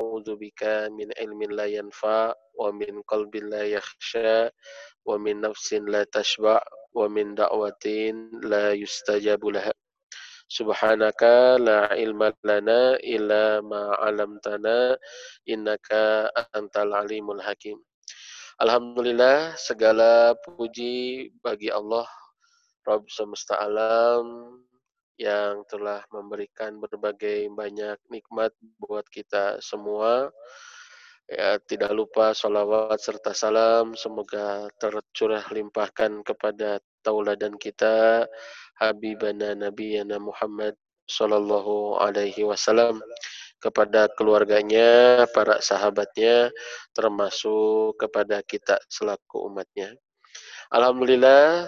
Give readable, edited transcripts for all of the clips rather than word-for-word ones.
a'udzubika min ilmin la yanfa wa min qalbin la yakhsha wa min nafsin la tashba' wa min da'watin la yustajabu laha. Subhanaka la ilma lana illa ma 'allamtana innaka antal alimul hakim. Alhamdulillah, segala puji bagi Allah Rabb semesta alam yang telah memberikan berbagai banyak nikmat buat kita semua. Ya, tidak lupa sholawat serta salam semoga tercurah limpahkan kepada tauladan kita Habibana Nabiyana Muhammad Sallallahu Alaihi Wasallam, kepada keluarganya, para sahabatnya, termasuk kepada kita selaku umatnya. Alhamdulillah,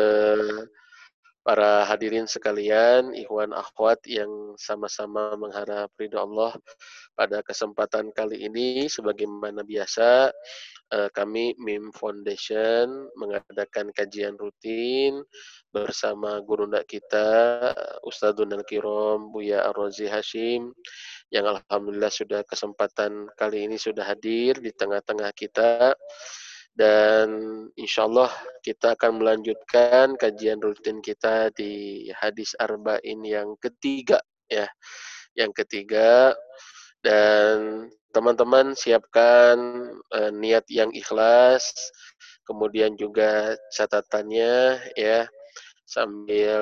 para hadirin sekalian, ikhwan akhwat yang sama-sama mengharap ridha Allah, pada kesempatan kali ini sebagaimana biasa kami MIM Foundation mengadakan kajian rutin bersama gurunda kita Ustadzun Al-Kiram Buya Ar-Razi Hashim, yang alhamdulillah sudah kesempatan kali ini sudah hadir di tengah-tengah kita. Dan insya Allah kita akan melanjutkan kajian rutin kita di hadis arba'in yang ketiga, ya, yang ketiga. Dan teman-teman siapkan niat yang ikhlas, kemudian juga catatannya, ya, sambil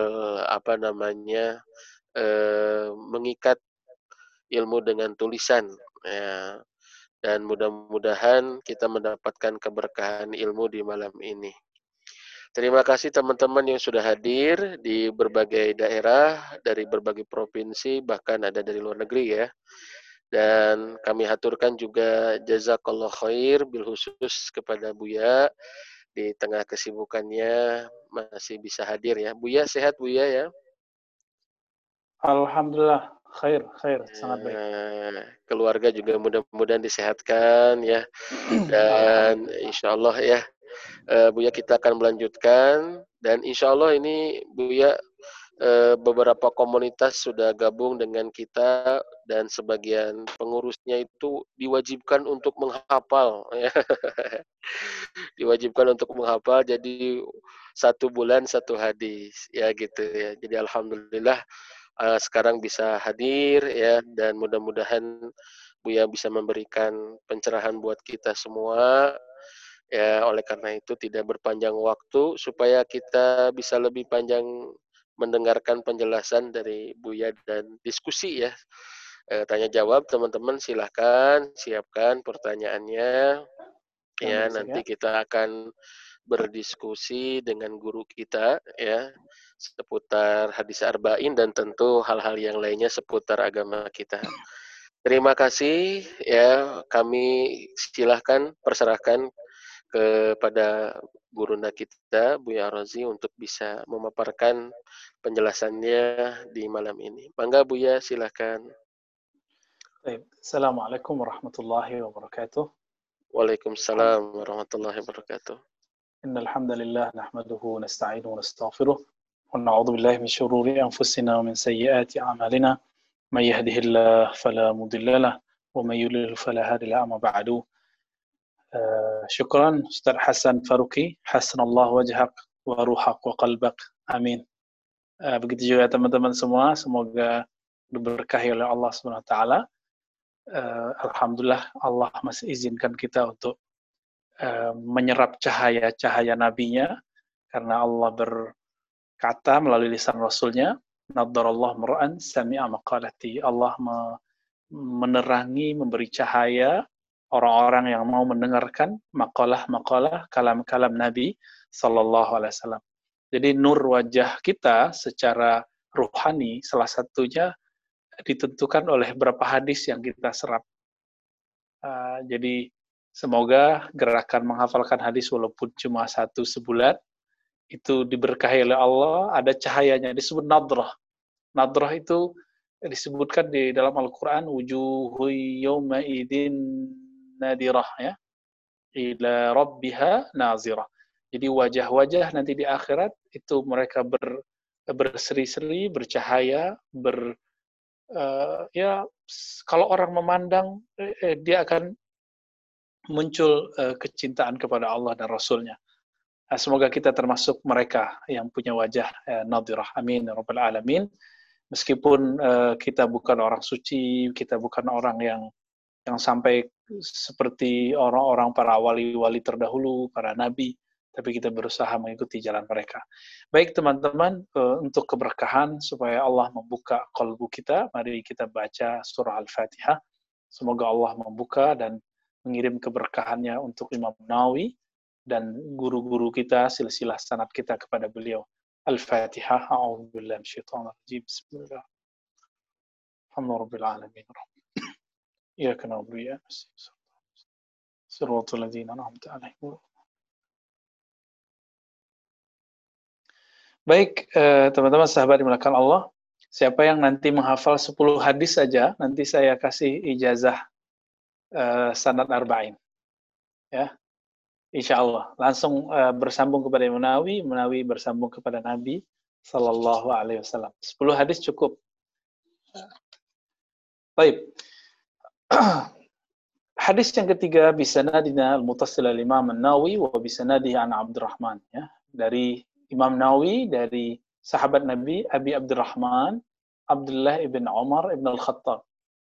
mengikat ilmu dengan tulisan, ya. Dan mudah-mudahan kita mendapatkan keberkahan ilmu di malam ini. Terima kasih teman-teman yang sudah hadir di berbagai daerah, dari berbagai provinsi, bahkan ada dari luar negeri, ya. Dan kami haturkan juga jazakallah khair bil khusus kepada Buya, di tengah kesibukannya masih bisa hadir, ya. Buya sehat Buya, ya? Alhamdulillah, khair, sangat baik. Keluarga juga mudah-mudahan disehatkan, ya. Dan insya Allah, ya, Buya kita akan melanjutkan. Dan insya Allah ini Buya beberapa komunitas sudah gabung dengan kita, dan sebagian pengurusnya itu diwajibkan untuk menghafal, ya. Diwajibkan untuk menghafal, jadi 1 bulan 1 hadis, ya gitu, ya. Jadi alhamdulillah sekarang bisa hadir, ya, dan mudah-mudahan Buya bisa memberikan pencerahan buat kita semua. Ya, oleh karena itu tidak berpanjang waktu supaya kita bisa lebih panjang mendengarkan penjelasan dari Buya dan diskusi, ya. Tanya jawab teman-teman, silahkan siapkan pertanyaannya, ya. Nanti kita akan berdiskusi dengan guru kita, ya, seputar hadis arba'in dan tentu hal-hal yang lainnya seputar agama kita. Terima kasih, ya. Kami silahkan perserahkan kepada gurunda kita Buya Ar-Razi untuk bisa memaparkan penjelasannya di malam ini. Mangga Buya, silahkan. Assalamualaikum warahmatullahi wabarakatuh. Waalaikumsalam warahmatullahi wabarakatuh. Innal hamdalillah nahmaduhu wa nasta'inuhu wa nastaghfiruh wa na'udzu billahi min shururi anfusina wa min sayyiati a'malina. May yahdihillahu fala mudilla lahu wa may yudlil fala hadiya lahu. Amma ba'du. Syukran Ustaz Hasan Faruqi, hasanallahu wajhak wa ruhak wa qalbak. Amin. Begitu juga teman-teman semua, semoga diberkahi oleh Allah Subhanahu wa taala. Alhamdulillah Allah masih izinkan kita untuk menyerap cahaya-cahaya nabinya, karena Allah berkata melalui lisan Rasulnya, Naddarallahu mar'an sami'a maqalati. Allah menerangi, memberi cahaya orang-orang yang mau mendengarkan makalah-makalah, kalam-kalam Nabi Sallallahu Alaihi Wasallam. Jadi nur wajah kita secara ruhani salah satunya ditentukan oleh berapa hadis yang kita serap. Jadi semoga gerakan menghafalkan hadis walaupun cuma 1 sebulan itu diberkahi oleh Allah, ada cahayanya, disebut nadrah. Nadrah itu disebutkan di dalam Al-Quran, wujuhu yawma idin nadirah, ya, ila rabbiha nazirah. Jadi wajah-wajah nanti di akhirat itu mereka berseri-seri, bercahaya, ya kalau orang memandang dia akan muncul kecintaan kepada Allah dan Rasulnya. Semoga kita termasuk mereka yang punya wajah nadirah. Amin ya rabbal alamin. Meskipun kita bukan orang suci, kita bukan orang yang sampai seperti orang-orang para wali-wali terdahulu, para nabi, tapi kita berusaha mengikuti jalan mereka. Baik teman-teman, untuk keberkahan supaya Allah membuka kalbu kita, mari kita baca surah Al-Fatihah. Semoga Allah membuka dan mengirim keberkahannya untuk Imam Nawawi dan guru-guru kita, silsilah sanad kita kepada beliau. Al-Fatihah. A'udzubillahi minasyaitonir rajim. Bismillah. Alhamdulillahirabbil alamin. Iyyaka na'budu wa iyyaka nasta'in. Shiratal ladzina an'amta 'alaihim. Baik, teman-teman sahabat dimuliakan Allah, siapa yang nanti menghafal 10 hadis saja, nanti saya kasih ijazah sanad arba'in. Ya. Insya Allah. Langsung bersambung kepada Imam Nawawi bersambung kepada Nabi Sallallahu Alaihi Wasallam. 10 hadis cukup. Baik. Hadis yang ketiga, bisanadina al-muttasil al-Imam An-Nawawi wa bisanadihi an Abdurrahman. Ya. Dari Imam Nawawi, dari sahabat Nabi, Abi Abdurrahman, Abdullah ibn Umar ibn al-Khattab.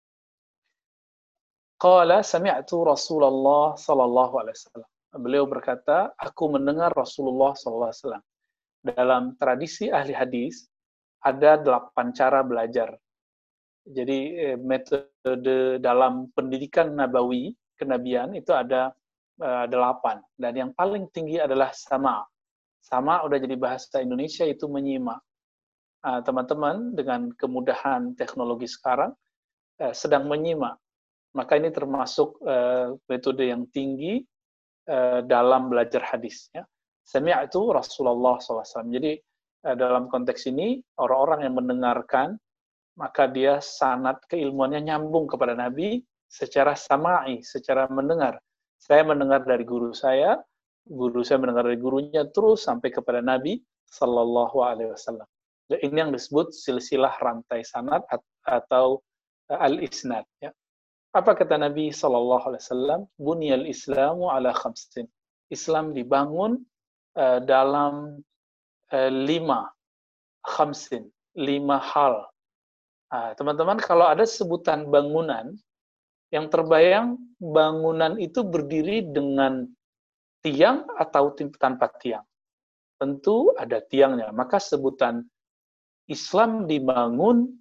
Qala sami'tu Rasulullah sallallahu alaihi wasallam. Beliau berkata, aku mendengar Rasulullah sallallahu alaihi wasallam. Dalam tradisi ahli hadis ada 8 cara belajar. Jadi metode dalam pendidikan nabawi, kenabian itu ada 8, dan yang paling tinggi adalah sama. Sama udah jadi bahasa Indonesia itu menyimak. Teman-teman dengan kemudahan teknologi sekarang sedang menyimak. Maka ini termasuk metode yang tinggi dalam belajar hadis. Ya. Sami'tu Rasulullah SAW. Jadi dalam konteks ini, orang-orang yang mendengarkan, maka dia sanad keilmuannya nyambung kepada Nabi secara sama'i, secara mendengar. Saya mendengar dari guru saya mendengar dari gurunya, terus sampai kepada Nabi Sallallahu Alaihi Wasallam. Ini yang disebut silsilah rantai sanad atau al-isnad. Ya. Apa kata Nabi Sallallahu Alaihi Wasallam? Bunyal Islamu ala khamsin. Islam dibangun dalam 5 hal. Teman-teman, kalau ada sebutan bangunan, yang terbayang bangunan itu berdiri dengan tiang atau tanpa tiang. Tentu ada tiangnya. Maka sebutan Islam dibangun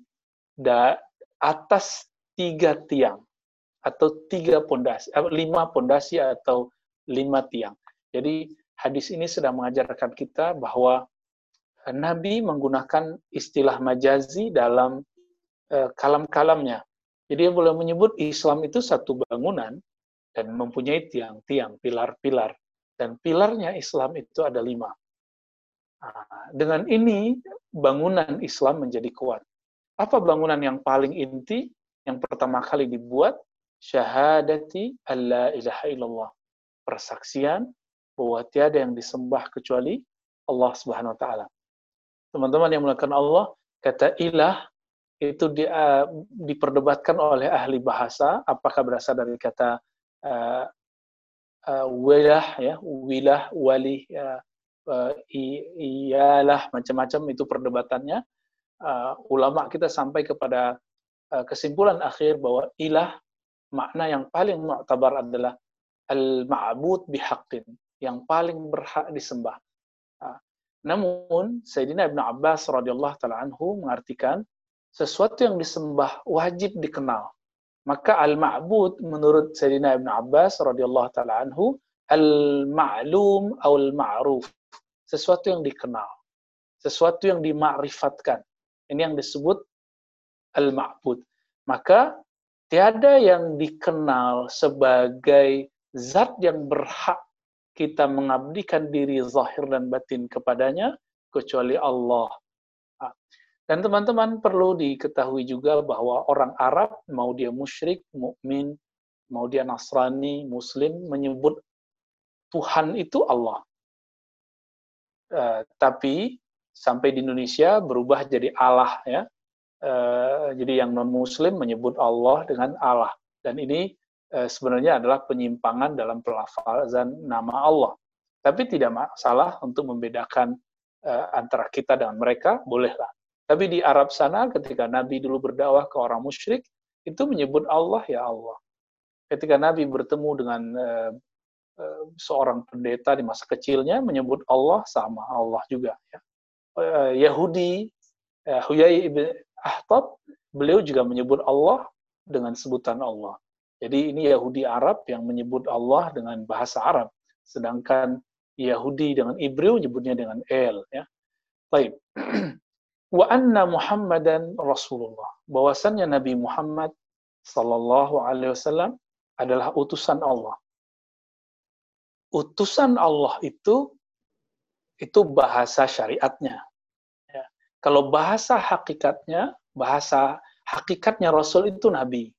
atas 3 tiang. Atau 5 pondasi atau 5 tiang. Jadi hadis ini sedang mengajarkan kita bahwa Nabi menggunakan istilah majazi dalam kalam-kalamnya. Jadi dia boleh menyebut Islam itu satu bangunan dan mempunyai tiang-tiang, pilar-pilar. Dan pilarnya Islam itu ada 5. Dengan ini bangunan Islam menjadi kuat. Apa bangunan yang paling inti yang pertama kali dibuat? Syahadati alla ilaha illallah. Persaksian bahwa tiada yang disembah kecuali Allah Subhanahu wa taala. Teman-teman yang mulakan Allah, kata ilah itu diperdebatkan oleh ahli bahasa, apakah berasal dari kata wilah, ya, wilah, wali, iyalah, macam-macam itu perdebatannya. Ulama kita sampai kepada kesimpulan akhir bahwa ilah, makna yang paling mu'tabar adalah al-ma'bud bihaqqin, yang paling berhak disembah. Namun Sayyidina Ibn Abbas radhiyallahu ta'ala anhu mengartikan sesuatu yang disembah wajib dikenal. Maka al-ma'bud menurut Sayyidina Ibn Abbas radhiyallahu ta'ala anhu al-ma'lum atau al-ma'ruf, sesuatu yang dikenal, sesuatu yang dima'rifatkan. Ini yang disebut al-ma'bud. Maka tiada yang dikenal sebagai zat yang berhak kita mengabdikan diri zahir dan batin kepadanya kecuali Allah. Dan teman-teman perlu diketahui juga bahwa orang Arab, mau dia musyrik, mukmin, mau dia Nasrani, Muslim, menyebut Tuhan itu Allah. Tapi sampai di Indonesia berubah jadi Allah, ya. Jadi yang non-Muslim menyebut Allah dengan Allah. Dan ini sebenarnya adalah penyimpangan dalam pelafazan nama Allah. Tapi tidak masalah untuk membedakan antara kita dengan mereka, bolehlah. Tapi di Arab sana ketika Nabi dulu berdakwah ke orang musyrik, itu menyebut Allah ya Allah. Ketika Nabi bertemu dengan seorang pendeta di masa kecilnya, menyebut Allah sama Allah juga. Ya. Yahudi, Huyai ibn Akhtab, beliau juga menyebut Allah dengan sebutan Allah. Jadi ini Yahudi Arab yang menyebut Allah dengan bahasa Arab. Sedangkan Yahudi dengan Ibrani menyebutnya dengan El. Ya. Baik. Wa anna Muhammadan Rasulullah. Bahwasannya Nabi Muhammad sallallahu alaihi wasallam adalah utusan Allah. Utusan Allah itu bahasa syariatnya. Ya. Kalau bahasa hakikatnya Rasul itu Nabi.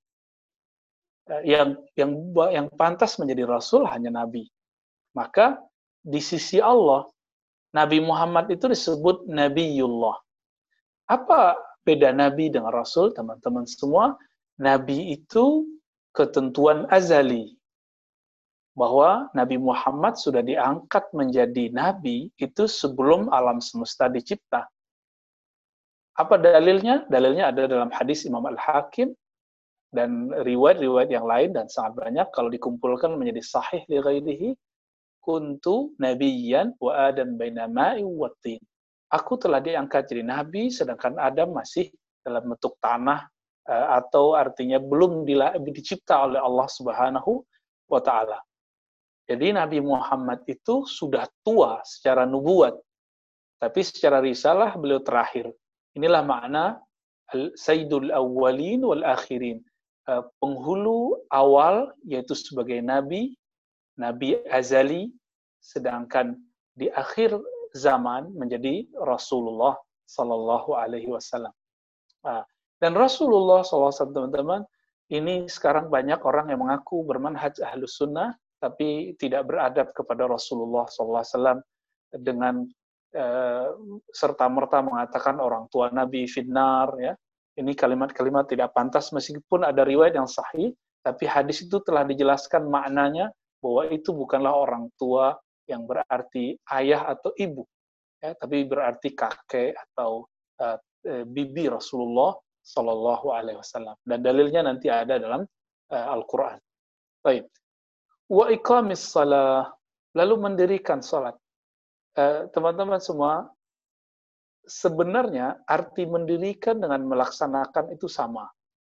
Yang pantas menjadi Rasul hanya Nabi. Maka di sisi Allah, Nabi Muhammad itu disebut Nabiullah. Apa beda Nabi dengan Rasul, teman-teman semua? Nabi itu ketentuan azali. Bahwa Nabi Muhammad sudah diangkat menjadi Nabi itu sebelum alam semesta dicipta. Apa dalilnya? Dalilnya ada dalam hadis Imam Al-Hakim dan riwayat-riwayat yang lain dan sangat banyak kalau dikumpulkan menjadi sahih li ghairihi. Kuntu nabiyyan wa Adam baina ma'i wa tin. Aku telah diangkat jadi nabi sedangkan Adam masih dalam bentuk tanah atau artinya belum dicipta oleh Allah Subhanahu wa taala. Jadi Nabi Muhammad itu sudah tua secara nubuat, tapi secara risalah beliau terakhir. Inilah makna Sayyidul Awwalin wal Akhirin. Penghulu awal yaitu sebagai nabi, nabi azali, sedangkan di akhir zaman menjadi Rasulullah Sallallahu Alaihi Wasallam. Dan Rasulullah SAW, teman-teman, ini sekarang banyak orang yang mengaku bermanhaj Ahlus Sunnah, tapi tidak beradab kepada Rasulullah SAW dengan serta-merta mengatakan orang tua Nabi finnar, ya. Ini kalimat-kalimat tidak pantas meskipun ada riwayat yang sahih, tapi hadis itu telah dijelaskan maknanya bahwa itu bukanlah orang tua yang berarti ayah atau ibu, ya, tapi berarti kakek atau bibi Rasulullah Sallallahu Alaihi Wasallam. Dan dalilnya nanti ada dalam Al-Quran. Baik. Wa iqamis salah, lalu mendirikan salat. Teman-teman semua, sebenarnya arti mendirikan dengan melaksanakan itu sama.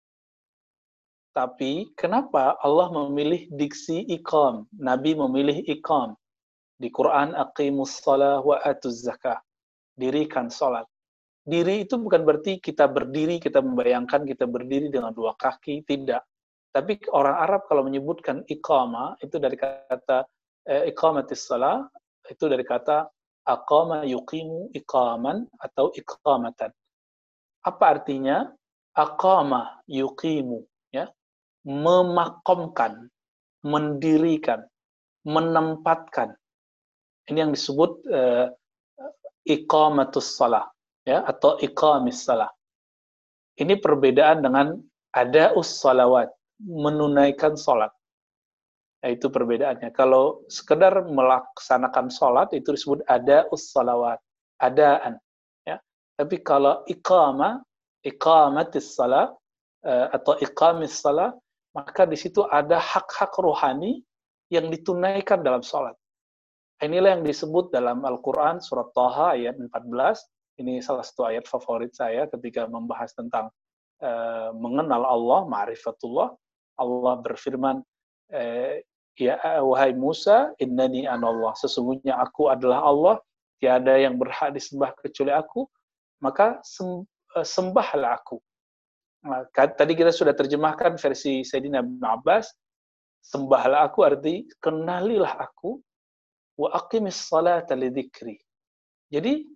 Tapi kenapa Allah memilih diksi iqam? Nabi memilih iqam. Di Quran, aqimus salah wa atuz zakah. Dirikan salat. Diri itu bukan berarti kita berdiri, kita membayangkan kita berdiri dengan dua kaki, tidak. Tapi orang Arab kalau menyebutkan iqama, itu dari kata iqamatis salah, itu dari kata aqama yuqimu iqaman atau iqamatan. Apa artinya? Aqama yuqimu, ya, memakomkan, mendirikan, menempatkan. Ini yang disebut iqamatus salah, ya, atau iqamis salah. Ini perbedaan dengan ada'us salawat, menunaikan salat. Itu perbedaannya. Kalau sekedar melaksanakan salat itu disebut ada'us salawat, adaan, ya. Tapi kalau iqamatis salah atau iqamis salah, maka di situ ada hak-hak rohani yang ditunaikan dalam salat. Inilah yang disebut dalam Al-Quran surat Thaha ayat 14. Ini salah satu ayat favorit saya ketika membahas tentang mengenal Allah, ma'rifatullah. Allah berfirman, ya wahai Musa, innani anallah, sesungguhnya aku adalah Allah, tiada yang berhak disembah kecuali aku, maka sembahlah aku. Nah, tadi kita sudah terjemahkan versi Sayyidina Ibn Abbas, sembahlah aku arti kenalilah aku, wa aqimis salata lidzikri. Jadi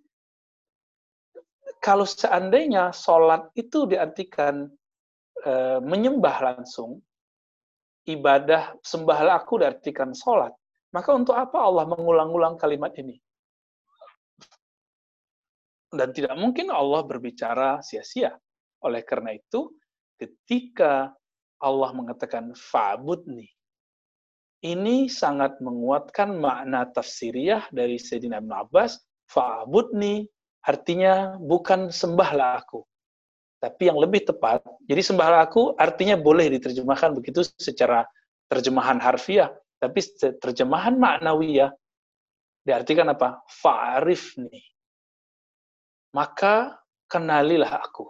kalau seandainya sholat itu diartikan menyembah langsung, ibadah sembahlah aku diartikan sholat, maka untuk apa Allah mengulang-ulang kalimat ini? Dan tidak mungkin Allah berbicara sia-sia. Oleh karena itu, ketika Allah mengatakan fa'budni, ini sangat menguatkan makna tafsiriyah dari Sayyidina Ibn Abbas, fa'budni artinya bukan sembahlah aku. Tapi yang lebih tepat, jadi sembahlah aku artinya boleh diterjemahkan begitu secara terjemahan harfiah, tapi terjemahan maknawiyah diartikan apa? Fa'arifni. Maka kenalilah aku.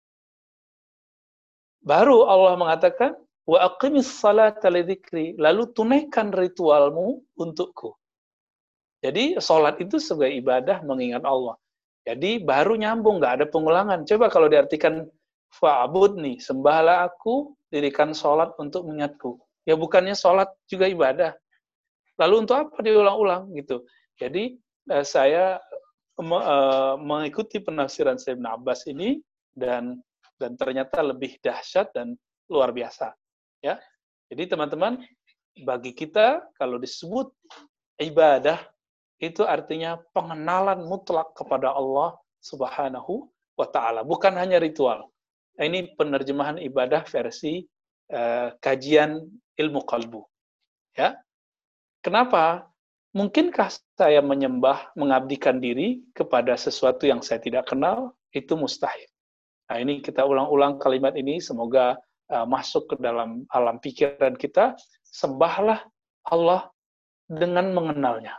Baru Allah mengatakan, wa aqimis salata lidzikri, lalu tunaikan ritualmu untukku. Jadi sholat itu sebagai ibadah mengingat Allah. Jadi baru nyambung, nggak ada pengulangan. Coba kalau diartikan fa'budni, sembahlah aku, dirikan sholat untuk mengingatku. Ya bukannya sholat juga ibadah. Lalu untuk apa diulang-ulang gitu. Jadi saya mengikuti penafsiran Sayyidina Abbas ini dan ternyata lebih dahsyat dan luar biasa. Ya, jadi teman-teman, bagi kita kalau disebut ibadah itu artinya pengenalan mutlak kepada Allah Subhanahu wa Ta'ala, bukan hanya ritual. Ini penerjemahan ibadah versi kajian ilmu qalbu. Ya, kenapa? Mungkinkah saya menyembah, mengabdikan diri kepada sesuatu yang saya tidak kenal? Itu mustahil. Nah, ini kita ulang-ulang kalimat ini, semoga masuk ke dalam alam pikiran kita. Sembahlah Allah dengan mengenalnya.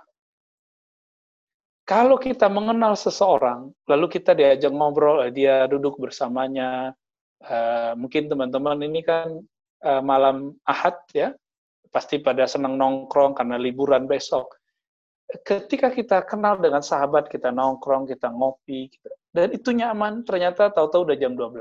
Kalau kita mengenal seseorang, lalu kita diajak ngobrol, dia duduk bersamanya, mungkin teman-teman ini kan malam Ahad ya, pasti pada senang nongkrong karena liburan besok. Ketika kita kenal dengan sahabat, kita nongkrong, kita ngopi, dan itu nyaman, ternyata tahu-tahu udah jam 12.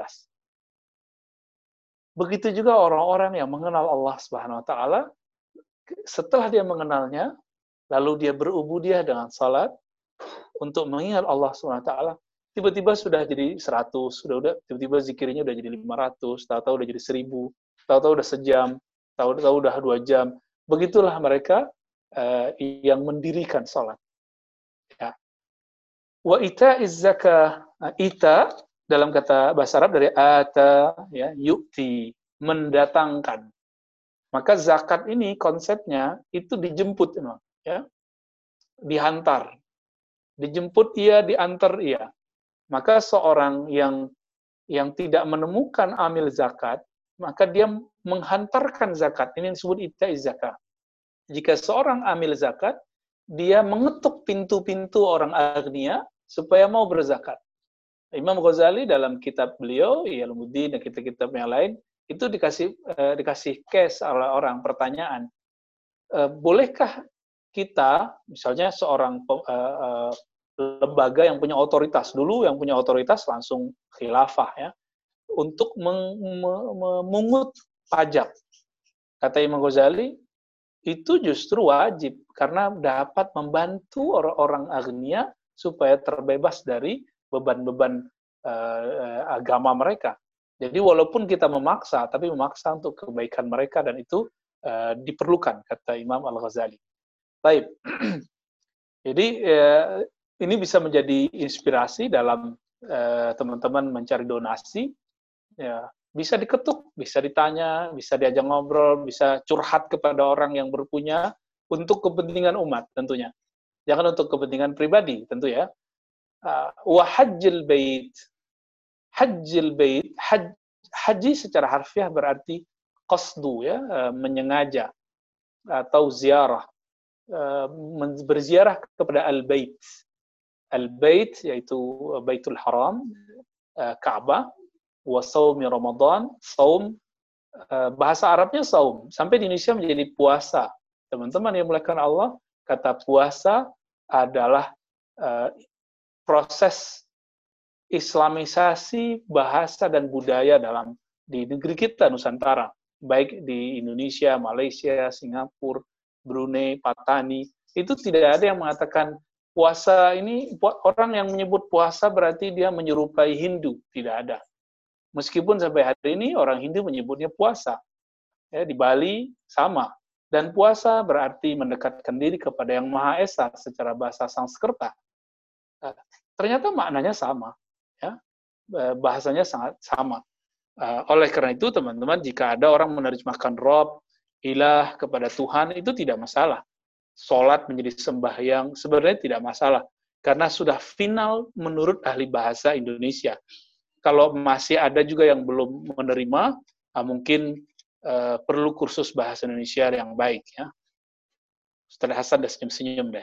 Begitu juga orang-orang yang mengenal Allah Subhanahu wa Ta'ala, setelah dia mengenalnya, lalu dia berubudiah dengan salat untuk mengingat Allah Subhanahu wa Ta'ala, tiba-tiba sudah jadi 100, sudah tiba-tiba zikirnya udah jadi 500, tahu-tahu udah jadi 1000, tahu-tahu udah sejam, tahu-tahu udah 2 jam. Begitulah mereka yang mendirikan salat. Ya. Wa ita'iz zakah, ita dalam kata bahasa Arab dari ata, ya, yu'ti, mendatangkan. Maka zakat ini konsepnya itu dijemput, ya, dihantar, dijemput ia, diantar ia. Maka seorang yang tidak menemukan amil zakat, maka dia menghantarkan zakat. Ini disebut ita'iz zakah. Jika seorang amil zakat, dia mengetuk pintu-pintu orang agnia supaya mau berzakat. Imam Ghazali dalam kitab beliau, I'lamuddin dan kitab-kitab yang lain, itu dikasih case oleh orang, pertanyaan. Bolehkah kita, misalnya seorang lembaga yang punya otoritas, dulu yang punya otoritas langsung khilafah ya, untuk memungut pajak. Kata Imam Ghazali, itu justru wajib, karena dapat membantu orang-orang agnia supaya terbebas dari beban-beban agama mereka. Jadi walaupun kita memaksa, tapi memaksa untuk kebaikan mereka, dan itu diperlukan, kata Imam Al-Ghazali. Baik. Jadi ini bisa menjadi inspirasi dalam teman-teman mencari donasi. Ya, bisa diketuk, bisa ditanya, bisa diajak ngobrol, bisa curhat kepada orang yang berpunya untuk kepentingan umat tentunya. Jangan untuk kepentingan pribadi tentu ya. Wa hajjil bait. Hajjil bait, haji secara harfiah berarti qasdu ya, menyengaja atau ziarah. Berziarah kepada al-bait. Al-bait yaitu Baitul Haram, Ka'bah, wa saumi Ramadan, saum, bahasa Arabnya saum, sampai di Indonesia menjadi puasa. Teman-teman yang muliakan Allah, kata puasa adalah proses Islamisasi bahasa dan budaya di negeri kita Nusantara, baik di Indonesia, Malaysia, Singapura, Brunei, Patani, itu tidak ada yang mengatakan puasa ini, orang yang menyebut puasa berarti dia menyerupai Hindu, tidak ada. Meskipun sampai hari ini orang Hindu menyebutnya puasa. Ya, di Bali sama. Dan puasa berarti mendekatkan diri kepada Yang Maha Esa secara bahasa Sanskerta. Ternyata maknanya sama. Ya. bahasanya sangat sama. Oleh karena itu, teman-teman, jika ada orang menerjemahkan Rob, ilah kepada Tuhan, itu tidak masalah. Sholat menjadi sembahyang, sebenarnya tidak masalah. Karena sudah final menurut ahli bahasa Indonesia. Kalau masih ada juga yang belum menerima, mungkin perlu kursus bahasa Indonesia yang baik. Ya. Ustaz Hasan udah senyum-senyum deh.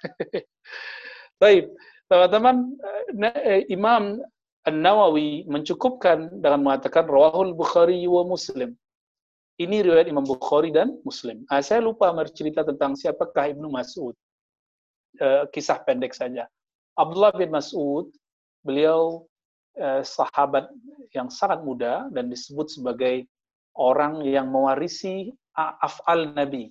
Baik, teman-teman, Imam An-Nawawi mencukupkan dengan mengatakan rawahul Bukhari wa Muslim. Ini riwayat Imam Bukhari dan Muslim. Saya lupa bercerita tentang siapakah Ibnu Mas'ud. Kisah pendek saja. Abdullah bin Mas'ud, beliau sahabat yang sangat muda dan disebut sebagai orang yang mewarisi af'al Nabi.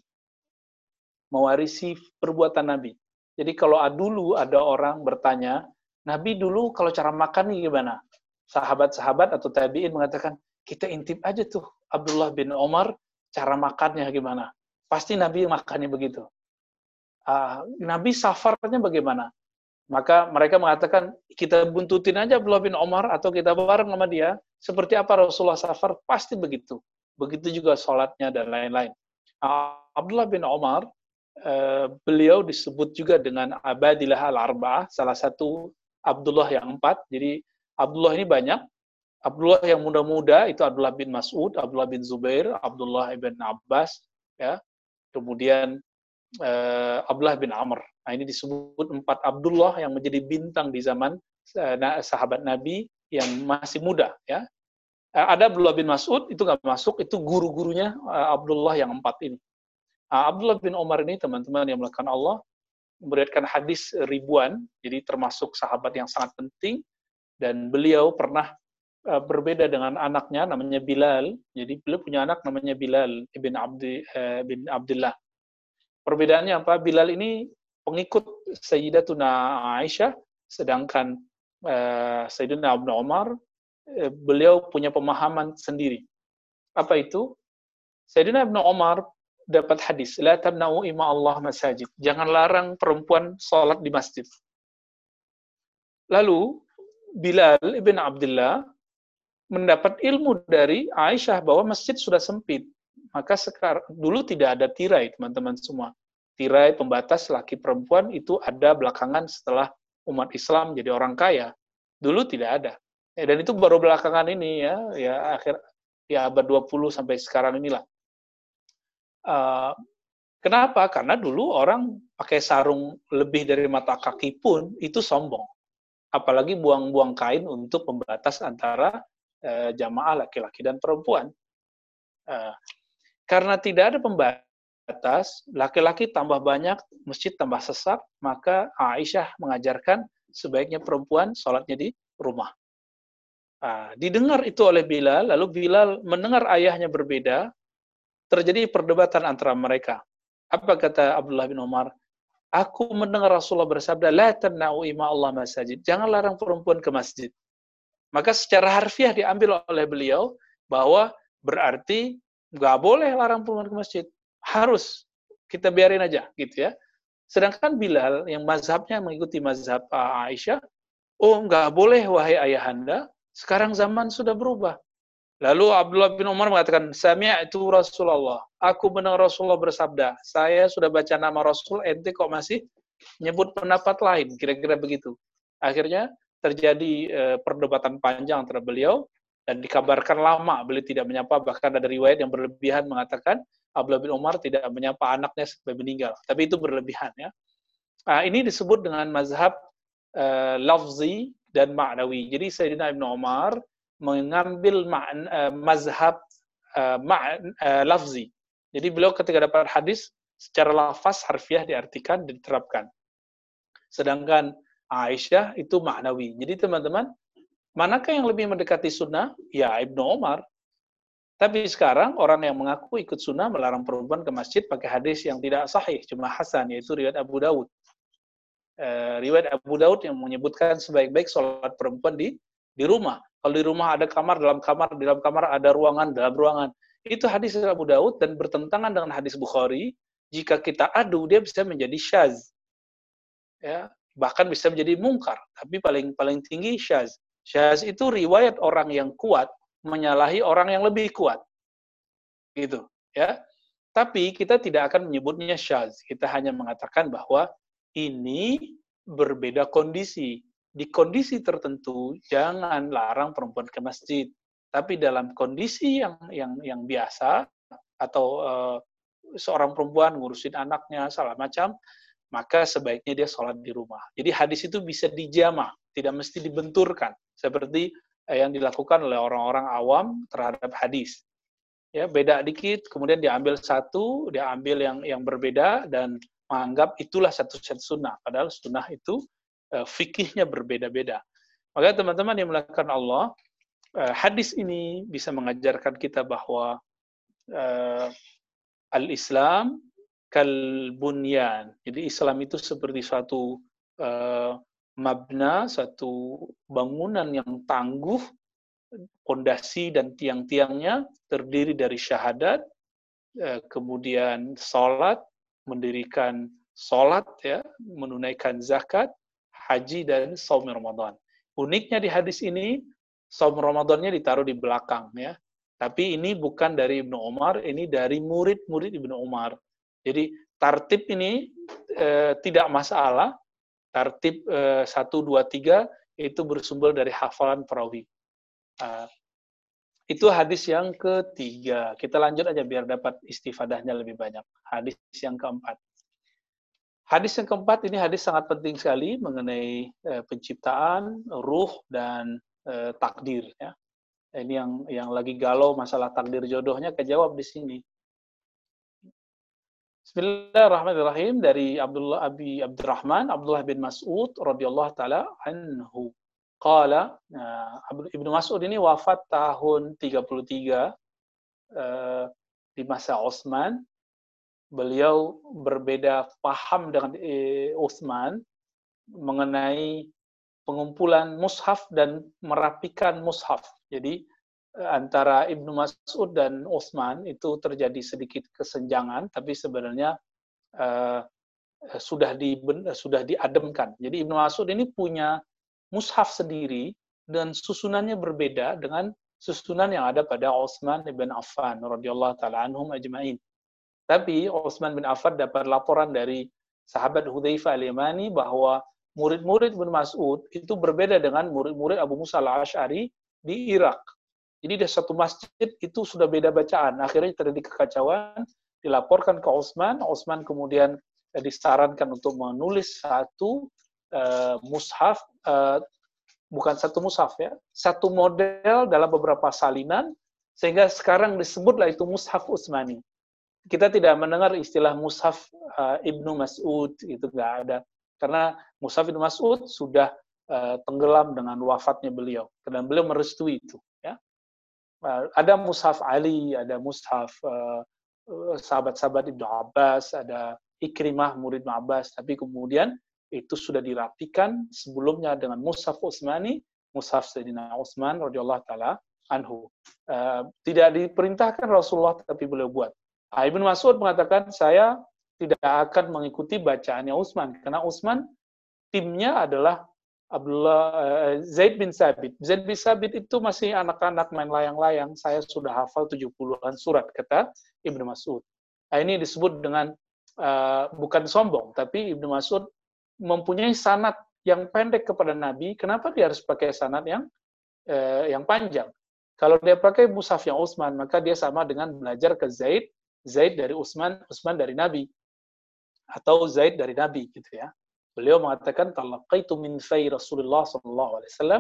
Mewarisi perbuatan Nabi. Jadi kalau dulu ada orang bertanya, Nabi dulu kalau cara makan gimana? Sahabat-sahabat atau tabi'in mengatakan, kita intip aja tuh Abdullah bin Umar, cara makannya gimana? Pasti Nabi makannya begitu. Nabi safarnya bagaimana? Maka mereka mengatakan, kita buntutin aja Abdullah bin Umar atau kita bareng sama dia, seperti apa Rasulullah safar, pasti begitu. Begitu juga sholatnya dan lain-lain. Abdullah bin Umar, beliau disebut juga dengan Abadillah al-Arba'ah, salah satu Abdullah yang 4. Jadi Abdullah ini banyak. Abdullah yang muda-muda itu Abdullah bin Mas'ud, Abdullah bin Zubair, Abdullah bin Abbas, ya. Kemudian Abdullah bin Amr. Nah, ini disebut 4 Abdullah yang menjadi bintang di zaman sahabat Nabi yang masih muda, ya. Ada Abdullah bin Mas'ud, itu nggak masuk, itu guru-gurunya Abdullah yang 4 ini. Abdullah bin Umar ini, teman-teman yang melakukan Allah, memberikan hadis ribuan, jadi termasuk sahabat yang sangat penting, dan beliau pernah berbeda dengan anaknya, namanya Bilal. Jadi beliau punya anak namanya Bilal bin Abdullah. Perbedaannya apa? Bilal ini pengikut Sayyidatuna Aisyah, sedangkan Sayyidina Ibnu Umar, beliau punya pemahaman sendiri. Apa itu? Sayyidina Ibnu Umar dapat hadis, la tamna'u ima Allah masajid. Jangan larang perempuan sholat di masjid. Lalu Bilal ibn Abdullah mendapat ilmu dari Aisyah bahwa masjid sudah sempit. Maka sekarang dulu tidak ada tirai, teman-teman semua. Tirai pembatas laki perempuan itu ada belakangan setelah umat Islam jadi orang kaya. Dulu tidak ada. Dan itu baru belakangan ini ya abad 20 sampai sekarang inilah. Kenapa? Karena dulu orang pakai sarung lebih dari mata kaki pun itu sombong. Apalagi buang-buang kain untuk pembatas antara jamaah laki-laki dan perempuan. Karena tidak ada pembatas, laki-laki tambah banyak, masjid tambah sesak, maka Aisyah mengajarkan sebaiknya perempuan sholatnya di rumah. Didengar itu oleh Bilal, lalu Bilal mendengar ayahnya berbeda, terjadi perdebatan antara mereka. Apa kata Abdullah bin Umar? Aku mendengar Rasulullah bersabda, la tamna'u ima Allah masajid. Jangan larang perempuan ke masjid. Maka secara harfiah diambil oleh beliau bahwa berarti nggak boleh larang perempuan ke masjid. Harus kita biarin aja, gitu ya. Sedangkan Bilal yang mazhabnya mengikuti mazhab Aisyah, nggak boleh wahai ayahanda, sekarang zaman sudah berubah. Lalu Abdullah bin Umar mengatakan, sami'tu Rasulullah. Aku mendengar Rasulullah bersabda, saya sudah baca nama Rasul, ente kok masih nyebut pendapat lain, kira-kira begitu. Akhirnya terjadi perdebatan panjang antara beliau, dan dikabarkan lama beliau tidak menyapa, bahkan ada riwayat yang berlebihan mengatakan Abdullah bin Umar tidak menyapa anaknya sampai meninggal. Tapi itu berlebihan, ya. Ini disebut dengan mazhab lafzi dan ma'nawi. Jadi Sayyidina Ibnu Umar mengambil mazhab lafzi. Jadi beliau ketika dapat hadis secara lafaz harfiah diartikan dan diterapkan. Sedangkan Aisyah itu ma'nawi. Jadi teman-teman, manakah yang lebih mendekati sunnah? Ya Ibnu Umar. Tapi sekarang orang yang mengaku ikut sunnah melarang perempuan ke masjid pakai hadis yang tidak sahih, cuma hasan, yaitu riwayat Abu Daud. Riwayat Abu Daud yang menyebutkan sebaik-baik sholat perempuan di rumah. Kalau di rumah ada kamar, dalam kamar ada ruangan, dalam ruangan. Itu hadis Abu Daud dan bertentangan dengan hadis Bukhari. Jika kita adu, dia bisa menjadi syaz. Ya, bahkan bisa menjadi mungkar, tapi paling tinggi syaz. Syaz itu riwayat orang yang kuat menyalahi orang yang lebih kuat. Gitu, ya. Tapi kita tidak akan menyebutnya syaz. Kita hanya mengatakan bahwa ini berbeda kondisi. Di kondisi tertentu jangan larang perempuan ke masjid. Tapi dalam kondisi yang biasa atau seorang perempuan ngurusin anaknya segala macam, maka sebaiknya dia sholat di rumah. Jadi hadis itu bisa dijamah, tidak mesti dibenturkan seperti yang dilakukan oleh orang-orang awam terhadap hadis. Ya, beda dikit, kemudian diambil satu, dia ambil yang berbeda dan menganggap itulah satu set sunnah. Padahal sunnah itu fikihnya berbeda-beda. Maka teman-teman yang melakukan Allah, hadis ini bisa mengajarkan kita bahwa al-Islam kal bunyan. Jadi Islam itu seperti suatu mabna, satu bangunan yang tangguh, pondasi dan tiang-tiangnya terdiri dari syahadat, kemudian sholat, mendirikan sholat, ya, menunaikan zakat, haji, dan saum Ramadan. Uniknya di hadis ini, saum Ramadannya ditaruh di belakang, ya. Tapi ini bukan dari Ibnu Umar, ini dari murid-murid Ibnu Umar. Jadi tartib ini tidak masalah. Tartib 1, 2, 3 itu bersumber dari hafalan perawi. Itu hadis yang ketiga. Kita lanjut aja biar dapat istifadahnya lebih banyak. Hadis yang keempat. Hadis yang keempat ini hadis sangat penting sekali mengenai penciptaan, ruh, dan takdir. Ya. Ini yang lagi galau masalah takdir jodohnya kejawab di sini. Bismillahirrahmanirrahim, dari Abdurrahman Abdullah bin Mas'ud radhiyallahu taala anhu. Qala, Ibnu Mas'ud ini wafat tahun 33 di masa Utsman. Beliau berbeda paham dengan Utsman mengenai pengumpulan mushaf dan merapikan mushaf. Jadi antara Ibnu Mas'ud dan Utsman itu terjadi sedikit kesenjangan, tapi sebenarnya sudah diademkan. Jadi Ibnu Mas'ud ini punya mushaf sendiri dan susunannya berbeda dengan susunan yang ada pada Utsman bin Affan radhiyallahu taala anhum ajmain. Tapi Utsman bin Affan dapat laporan dari sahabat Hudzaifah al-Yamani bahwa murid-murid Ibnu Mas'ud itu berbeda dengan murid-murid Abu Musa al-Asy'ari di Irak. Jadi di satu masjid itu sudah beda bacaan. Akhirnya terjadi kekacauan, dilaporkan ke Utsman. Utsman kemudian disarankan untuk menulis satu mushaf, bukan satu mushaf ya, satu model dalam beberapa salinan, sehingga sekarang disebutlah itu mushaf Utsmani. Kita tidak mendengar istilah mushaf Ibnu Mas'ud, itu nggak ada. Karena mushaf Ibnu Mas'ud sudah tenggelam dengan wafatnya beliau. Dan beliau merestui itu. Ya. Ada mushaf Ali, ada mushaf sahabat-sahabat Ibnu Abbas, ada Ikrimah murid Ibnu Abbas, tapi kemudian itu sudah dirapikan sebelumnya dengan mushaf Utsmani, mushaf Sayyidina Utsman radhiyallahu taala anhu. Tidak diperintahkan Rasulullah, tapi beliau buat. Ibnu Mas'ud mengatakan, saya tidak akan mengikuti bacaannya Utsman, karena Utsman timnya adalah Zaid bin Sabit. Zaid bin Sabit itu masih anak-anak main layang-layang, saya sudah hafal 70-an surat, kata Ibnu Mas'ud. Ini disebut dengan bukan sombong, tapi Ibnu Mas'ud mempunyai sanad yang pendek kepada Nabi. Kenapa dia harus pakai sanad yang panjang? Kalau dia pakai mushaf yang Utsman, maka dia sama dengan belajar ke Zaid, Zaid dari Utsman, Utsman dari Nabi, atau Zaid dari Nabi, gitu ya. Beliau mengatakan, talaqaitu min fai Rasulullah sallallahu alaihi wasallam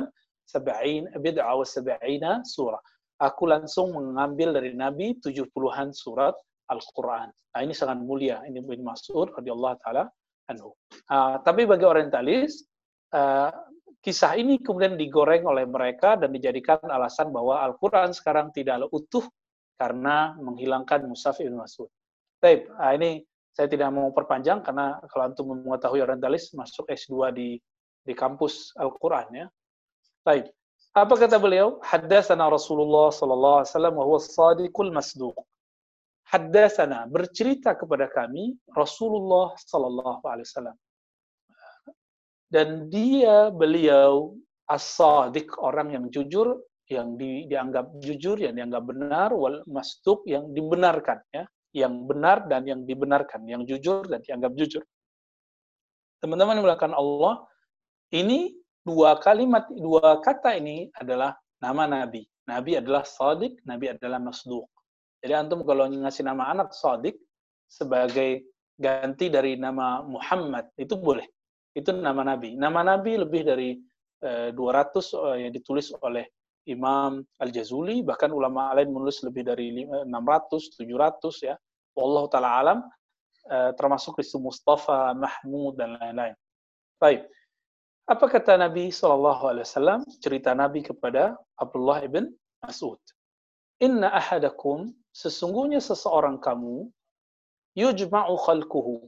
70 surah. Aku langsung mengambil dari Nabi 70-an surat Al-Qur'an. Nah, ini sangat mulia. Ini Ibnu Mas'ud radhiyallahu taala anhu. Tapi bagi orientalis, kisah ini kemudian digoreng oleh mereka dan dijadikan alasan bahwa Al-Quran sekarang tidaklah utuh karena menghilangkan mushaf Ibnu Mas'ud. Baik, ini saya tidak mau perpanjang karena kalau antum mengetahui orientalis masuk S2 di kampus Al-Quran, ya. Baik, apa kata beliau? Haddatsana Rasulullah sallallahu alaihi wasallam wa huwa as-sadiqul masduq. Haddatsana, bercerita kepada kami Rasulullah sallallahu alaihi wasallam. Dan beliau as-sadiq, orang yang jujur, yang dianggap jujur, yang dianggap benar, wal masduq, yang dibenarkan, ya, yang benar dan yang dibenarkan, yang jujur dan dianggap jujur. Teman-teman yang dimuliakan Allah, ini dua kalimat, dua kata ini adalah nama Nabi. Nabi adalah sadiq, Nabi adalah masduq. Jadi antum kalau ngasih nama anak sadiq sebagai ganti dari nama Muhammad, itu boleh. Itu nama Nabi. Nama Nabi lebih dari 200 yang ditulis oleh Imam Al-Jazuli, bahkan ulama lain menulis lebih dari 600, 700 ya. Wallahu ta'ala alam, termasuk isu Mustafa, Mahmud, dan lain-lain. Baik. Apa kata Nabi SAW? Cerita Nabi kepada Abdullah ibn Mas'ud. Inna ahadakum, sesungguhnya seseorang kamu, yujma'u khalquhu,